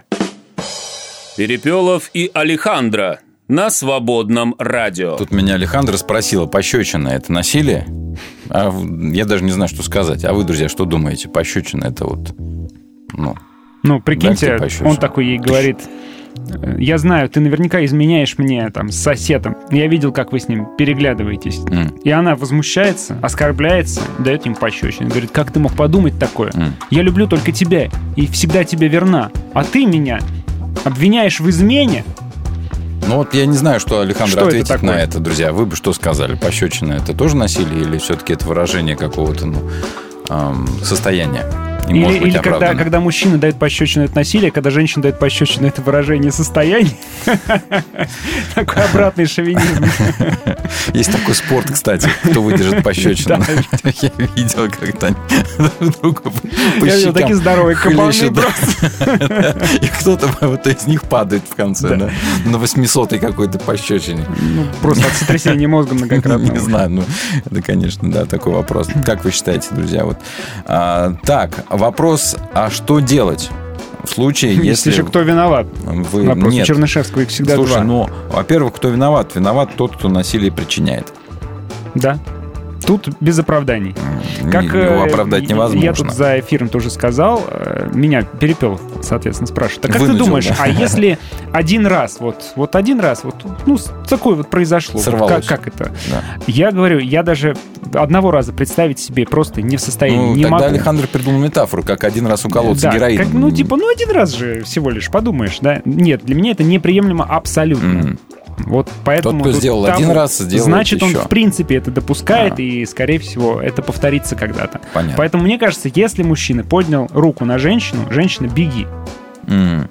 Перепелов и Алехандро на Свободном радио. Тут меня Алехандро спросила, пощечина — это насилие? А я даже не знаю, что сказать. А вы, друзья, что думаете? Пощечина — это вот... Ну, ну прикиньте, он такой ей говорит: я знаю, ты наверняка изменяешь мне там с соседом. Я видел, как вы с ним переглядываетесь. Mm. И она возмущается, оскорбляется, дает ему пощечину. Говорит: как ты мог подумать такое? Mm. Я люблю только тебя и всегда тебе верна. А ты меня обвиняешь в измене? Ну вот я не знаю, что Алехандро что ответит это на это, друзья. Вы бы что сказали? Пощечина — это тоже насилие или все-таки это выражение какого-то ну, эм, состояния? И или может быть или когда, когда мужчина дает пощечину — это насилие, когда женщина дает пощечину — это выражение состояния. Такой обратный шовинизм. Есть такой спорт, кстати, кто выдержит пощечину. Я видел, как они друг друга по щекам. Я видел такие здоровые кабаны просто. И кто-то вот из них падает в конце, на восьмисотой какой-то пощечине. Просто от сотрясения мозга многократно. Не знаю, ну, это, конечно, да, такой вопрос. Как вы считаете, друзья? Вот. Так, вопрос, а что делать в случае, если... Если же кто виноват? Вы... Вопрос Нет. у Чернышевского, их всегда Слушай, два. ну, во-первых, кто виноват? Виноват тот, кто насилие причиняет. Да. Тут без оправданий. Как, его оправдать невозможно. Я тут за эфиром тоже сказал, меня Перепелов, соответственно, спрашивает: а как Вынудил, ты думаешь, да. а если один раз, вот, вот один раз, вот, ну, такое вот произошло, вот как, как это? Да. Я говорю, я даже одного раза представить себе просто не в состоянии, ну, не тогда могу. Алехандро придумал метафору, как один раз уколоться да, героином. Как, ну, типа, ну, один раз же всего лишь, подумаешь, да? Нет, для меня это неприемлемо абсолютно. Mm. Вот поэтому Тот, кто сделал там, один раз, сделает значит, еще. он в принципе это допускает, а. и, скорее всего, это повторится когда-то. Понятно. Поэтому мне кажется, если мужчина поднял руку на женщину, женщина, беги. Mm.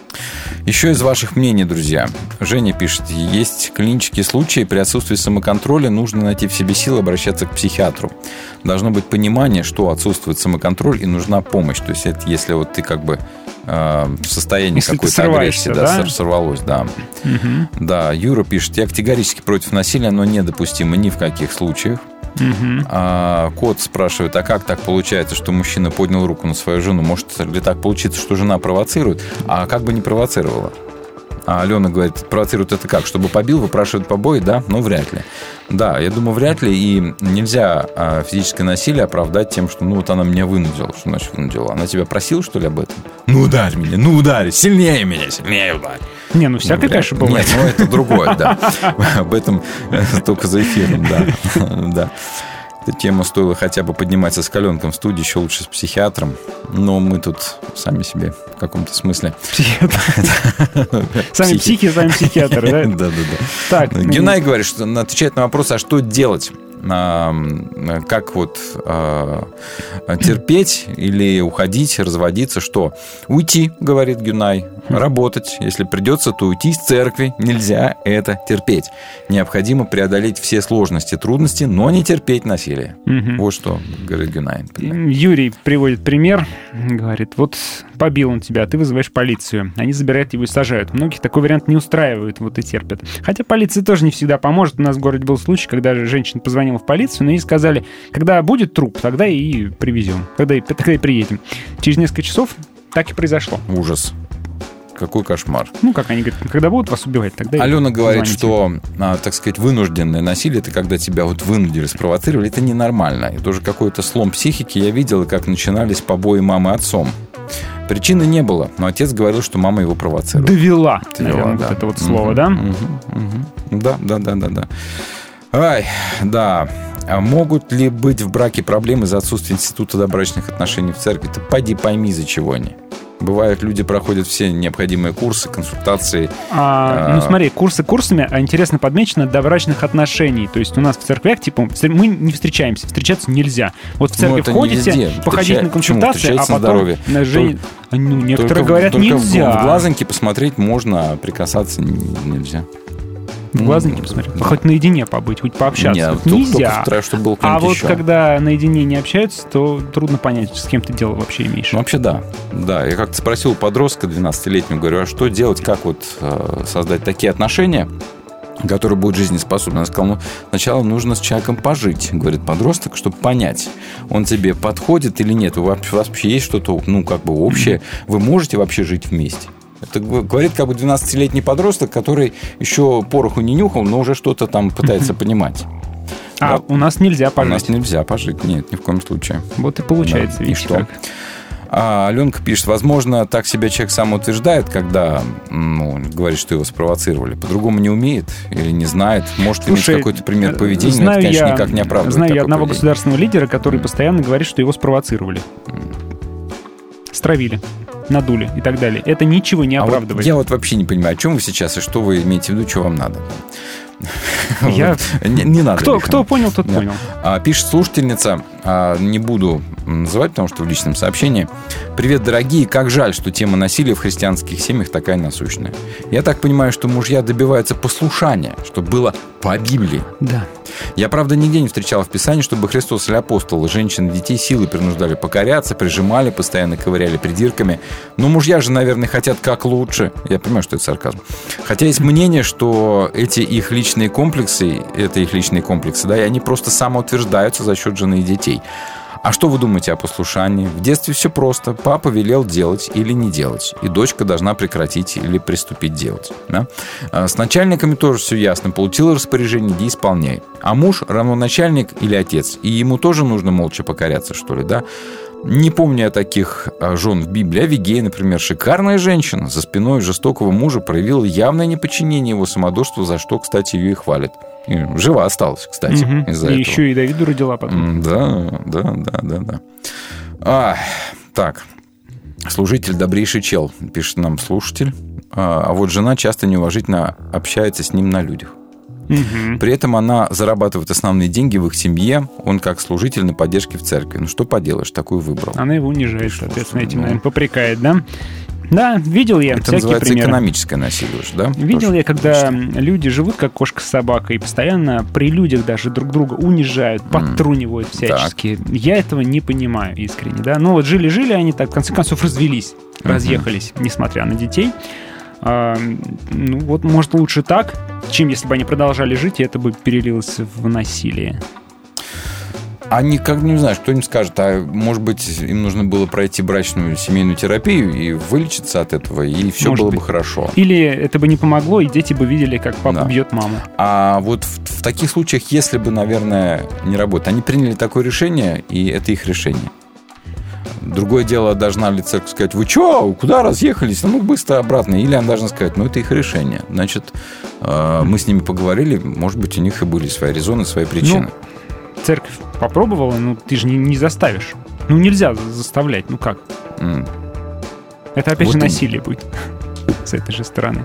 Еще из ваших мнений, друзья. Женя пишет: есть клинические случаи, при отсутствии самоконтроля нужно найти в себе силы обращаться к психиатру. Должно быть понимание, что отсутствует самоконтроль и нужна помощь. То есть, это если вот ты как бы э, в состоянии если какой-то агрессии, да, да? сорвалось, да. Угу. Да, Юра пишет: я категорически против насилия, но недопустимо ни в каких случаях. Угу. А, Кот спрашивает: а как так получается, что мужчина поднял руку на свою жену? Может ли так получиться, что жена провоцирует? А как бы не провоцировала? А Алена говорит: провоцирует это как? Чтобы побил, выпрашивает побои? Да? Ну, вряд ли. Да, я думаю, вряд ли. И нельзя а, физическое насилие оправдать тем, что ну вот она меня вынудила. Что значит вынудила? Она тебя просила, что ли, об этом? Ну, ударь меня, ну, ударь, сильнее меня, сильнее ударь. Не, ну, всякое, конечно, бывает. Нет, ну, это другое, да. Об этом только за эфиром, да. Да. Эта тема стоила хотя бы подниматься с Каленком в студии, еще лучше с психиатром. Но мы тут сами себе в каком-то смысле. Психиатр. Сами психи, сами психиатры, да? Да, да, да. Так. Гюнай говорит, что отвечает на вопрос, а что делать? Как вот терпеть или уходить, разводиться, что? Уйти, говорит Гюнай, работать. Если придется, то уйти из церкви. Нельзя это терпеть. Необходимо преодолеть все сложности, трудности, но не терпеть насилие. Угу. Вот что говорит Гюнай. Юрий приводит пример. Говорит: вот побил он тебя, а ты вызываешь полицию. Они забирают его и сажают. Многих такой вариант не устраивает, вот и терпят. Хотя полиция тоже не всегда поможет. У нас в городе был случай, когда женщина позвонила в полицию, но ей сказали: когда будет труп, тогда и привезем, тогда и, тогда и приедем. Через несколько часов так и произошло. Ужас. Какой кошмар. Ну, как они говорят, когда будут вас убивать, тогда Алена и говорит, звоните. что, а, так сказать, вынужденное насилие, это когда тебя вот вынудили, спровоцировали, это ненормально. Это уже какой-то слом психики. Я видела, как начинались побои мамы отцом. Причины не было, но отец говорил, что мама его провоцировала. Довела, Довела, наверное, да. вот это вот слово, угу, да? Угу, угу. Да, да, да, да, да. Ай, да. А могут ли быть в браке проблемы из-за отсутствия института добрачных отношений в церкви? Ты поди пойми, из-за чего они. Бывает, люди проходят все необходимые курсы, консультации. А, ну, смотри, курсы курсами, а интересно подмечено добрачных отношений. То есть у нас в церквях, типа, мы не встречаемся, встречаться нельзя. Вот в церковь ну, ходите, походить на консультации, а потом... здоровье. На жен... Только, ну, некоторые только, говорят, только нельзя. В глазоньки посмотреть можно, а прикасаться нельзя. В глазоньки посмотреть. Да. Хоть наедине побыть, хоть пообщаться. Нет, вот нельзя. Только, чтобы был а вот еще. Когда наедине не общаются, то трудно понять, с кем ты дело вообще имеешь. Ну, вообще, да. Да, я как-то спросил подростка двенадцатилетнего, говорю, а что делать, как вот э, создать такие отношения, которые будут жизнеспособны? Он сказал, ну, сначала нужно с человеком пожить, говорит подросток, чтобы понять, он тебе подходит или нет. У вас, у вас вообще есть что-то, ну, как бы общее, вы можете вообще жить вместе? Это говорит как бы двенадцатилетний подросток, который еще пороху не нюхал, но уже что-то там пытается понимать. А да. у нас нельзя пожить. У нас нельзя пожить, нет, ни в коем случае. Вот и получается, да. видите, и что? как. А Аленка пишет, возможно, так себя человек сам утверждает, когда ну, говорит, что его спровоцировали. По-другому не умеет или не знает. Может Слушай, иметь какой-то пример поведения, знаю но это, конечно, я, никак не оправдывает. Знаю я одного поведение. государственного лидера, который mm. постоянно говорит, что его спровоцировали. Стравили. Надули и так далее. Это ничего не оправдывает. А вот я вот вообще не понимаю, о чем вы сейчас и что вы имеете в виду, что вам надо. Я... не, не надо. Кто, кто понял, тот да. понял. А, пишет слушательница, а, не буду называть, потому что в личном сообщении. Привет, дорогие, как жаль, что тема насилия в христианских семьях такая насущная. Я так понимаю, что мужья добиваются послушания, чтобы было по Библии. Да. Я, правда, нигде не встречал в Писании, чтобы Христос или апостолы женщин и детей силой принуждали покоряться, прижимали, постоянно ковыряли придирками. Но мужья же, наверное, хотят как лучше. Я понимаю, что это сарказм. Хотя есть мнение, что эти их личные комплексы, это их личные комплексы, да, и они просто самоутверждаются за счет жены и детей. А что вы думаете о послушании? В детстве все просто. Папа велел делать или не делать. И дочка должна прекратить или приступить делать. Да? С начальниками тоже все ясно. Получил распоряжение, иди исполняй. А муж равно начальник или отец. И ему тоже нужно молча покоряться, что ли, да? Не помню я таких жен в Библии. Авигея, например, шикарная женщина. За спиной жестокого мужа проявила явное неподчинение его самодурству, за что, кстати, ее и хвалят. И жива осталась, кстати, угу. из-за и этого. еще и Давиду родила потом. Да, да, да, да, да. А, так. Служитель добрейший чел, пишет нам слушатель. А, а вот жена часто неуважительно общается с ним на людях. Угу. При этом она зарабатывает основные деньги в их семье. Он как служитель на поддержке в церкви. Ну, что поделаешь, такую выбрал. Она его унижает, соответственно, этим, наверное, попрекает, да? Да, видел я это всякие называется примеры. Экономическое насилие уже, да? Видел Тоже я, когда точно. Люди живут как кошка с собакой и постоянно при людях даже друг друга унижают, подтрунивают mm. всячески. Так. Я этого не понимаю искренне, да? Ну вот жили-жили они так, в конце концов развелись, mm-hmm. разъехались, несмотря на детей. А, ну вот, может, лучше так, чем если бы они продолжали жить, и это бы перелилось в насилие. Они, как не знаю, кто им скажет, а может быть, им нужно было пройти брачную семейную терапию и вылечиться от этого, и все может было быть. бы хорошо. Или это бы не помогло, и дети бы видели, как папа да. бьет маму. А вот в, в таких случаях, если бы, наверное, не работает, они приняли такое решение, и это их решение. Другое дело, должна ли церковь сказать, вы что, куда разъехались? Ну, быстро обратно. Или она должна сказать, ну, это их решение. Значит, э, мы с ними поговорили, может быть, у них и были свои резоны, свои причины. Ну, церковь попробовала, ну, ты же не, не заставишь. Ну, нельзя заставлять, ну как? Mm. Это опять вот же насилие и... будет с этой же стороны.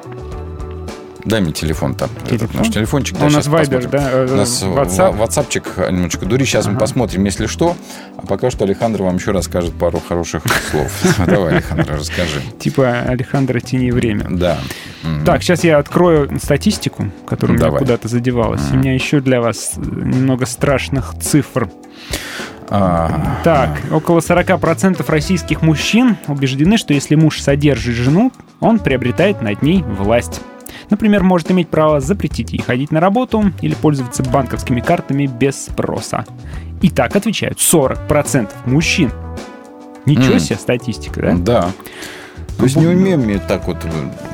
Дай мне телефон там. Телефон? Этот наш телефончик. Да, у нас Вайбер, да? У нас WhatsApp. ватсапчик немножечко дури. Сейчас ага. мы посмотрим, если что. А пока что Алехандро вам еще расскажет пару хороших слов. Давай, Алехандро, расскажи. Типа Алехандро тяни время. Да. Так, сейчас я открою статистику, которая у меня куда-то задевалась. У меня еще для вас немного страшных цифр. А... Так, около сорок процентов российских мужчин убеждены, что если муж содержит жену, он приобретает над ней власть. Например, может иметь право запретить ей ходить на работу или пользоваться банковскими картами без спроса. И так отвечают сорок процентов мужчин. Ничего mm. себе статистика, да? Да. То есть не умеем мы так вот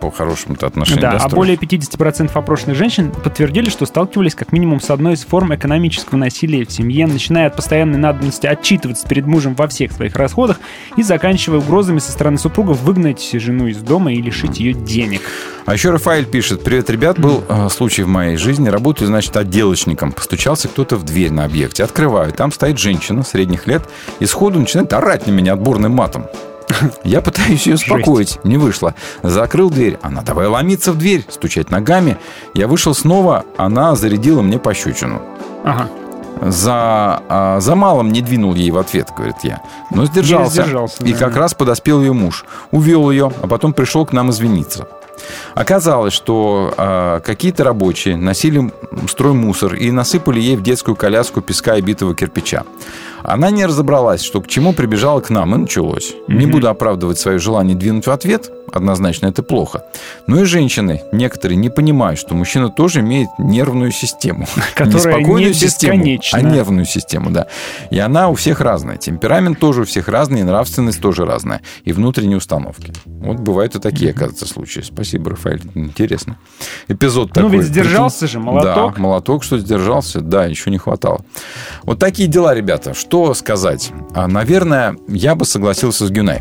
по хорошему-то отношению. Да, а достроить. более пятьдесят процентов опрошенных женщин подтвердили, что сталкивались как минимум с одной из форм экономического насилия в семье, начиная от постоянной надобности отчитываться перед мужем во всех своих расходах и заканчивая угрозами со стороны супругов выгнать жену из дома и лишить ее денег. А еще Рафаэль пишет: «Привет, ребят, был э, случай в моей жизни. Работаю, значит, отделочником. Постучался кто-то в дверь на объекте. Открываю. Там стоит женщина средних лет и сходу начинает орать на меня отборным матом. Я пытаюсь ее успокоить. Не вышло. Закрыл дверь. Она давай ломиться в дверь, стучать ногами. Я вышел снова. Она зарядила мне пощечину. Ага. За, а, за малым не двинул ей в ответ, говорит я. Но сдержался. сдержался и да. как раз подоспел ее муж. Увел ее, а потом пришел к нам извиниться. Оказалось, что э, какие-то рабочие носили строймусор и насыпали ей в детскую коляску песка и битого кирпича. Она не разобралась, что к чему, прибежала к нам, и началось. Mm-hmm. Не буду оправдывать свое желание двинуть в ответ, однозначно это плохо. Но и женщины, некоторые, не понимают, что мужчина тоже имеет нервную систему. Которая не спокойную не систему, бесконечна. а нервную систему, да. И она у всех разная. Темперамент тоже у всех разный, и нравственность тоже разная. И внутренние установки. Вот бывают и такие, оказывается, случаи. Спасибо, Рафаэль. Интересно. Эпизод такой. Ну, ведь сдержался же, молоток. Да, молоток, что сдержался. Да, еще не хватало. Вот такие дела, ребята. Что сказать? Наверное, я бы согласился с Гюнай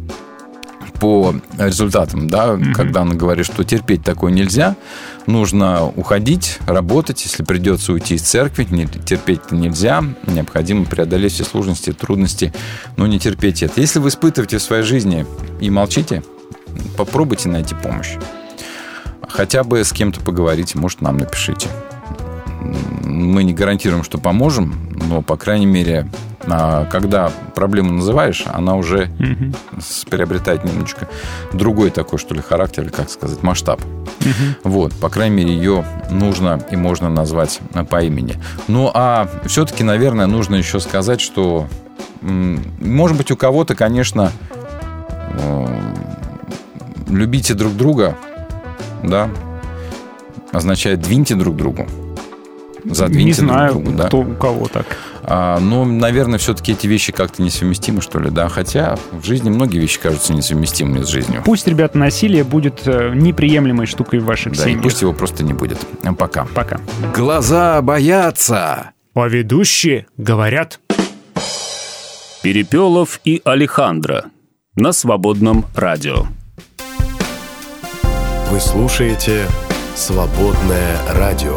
по результатам, да, mm-hmm. когда она говорит, что терпеть такое нельзя, нужно уходить, работать, если придется уйти из церкви, не, терпеть-то нельзя, необходимо преодолеть все сложности, трудности, но не терпеть это. Если вы испытываете в своей жизни и молчите, попробуйте найти помощь. Хотя бы с кем-то поговорите, может, нам напишите. Мы не гарантируем, что поможем, но, по крайней мере, когда проблему называешь, она уже mm-hmm. приобретает немножечко другой такой, что ли, характер, или, как сказать, масштаб. Mm-hmm. Вот, по крайней мере, ее нужно и можно назвать по имени. Ну, а все-таки, наверное, нужно еще сказать, что, может быть, у кого-то, конечно, любите друг друга, да, означает двиньте друг другу. Задвиньте не знаю, друг другу, да. кто у кого так. А, но, наверное, все-таки эти вещи как-то несовместимы, что ли, да. Хотя в жизни многие вещи кажутся несовместимыми с жизнью. Пусть, ребята, насилие будет неприемлемой штукой в ваших да, семьях. И пусть его просто не будет. Пока. Пока. Глаза боятся, а ведущие говорят. Перепелов и Алехандро на Свободном радио. Вы слушаете «Свободное радио».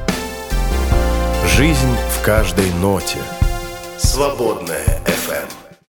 Жизнь в каждой ноте. Свободное эф эм.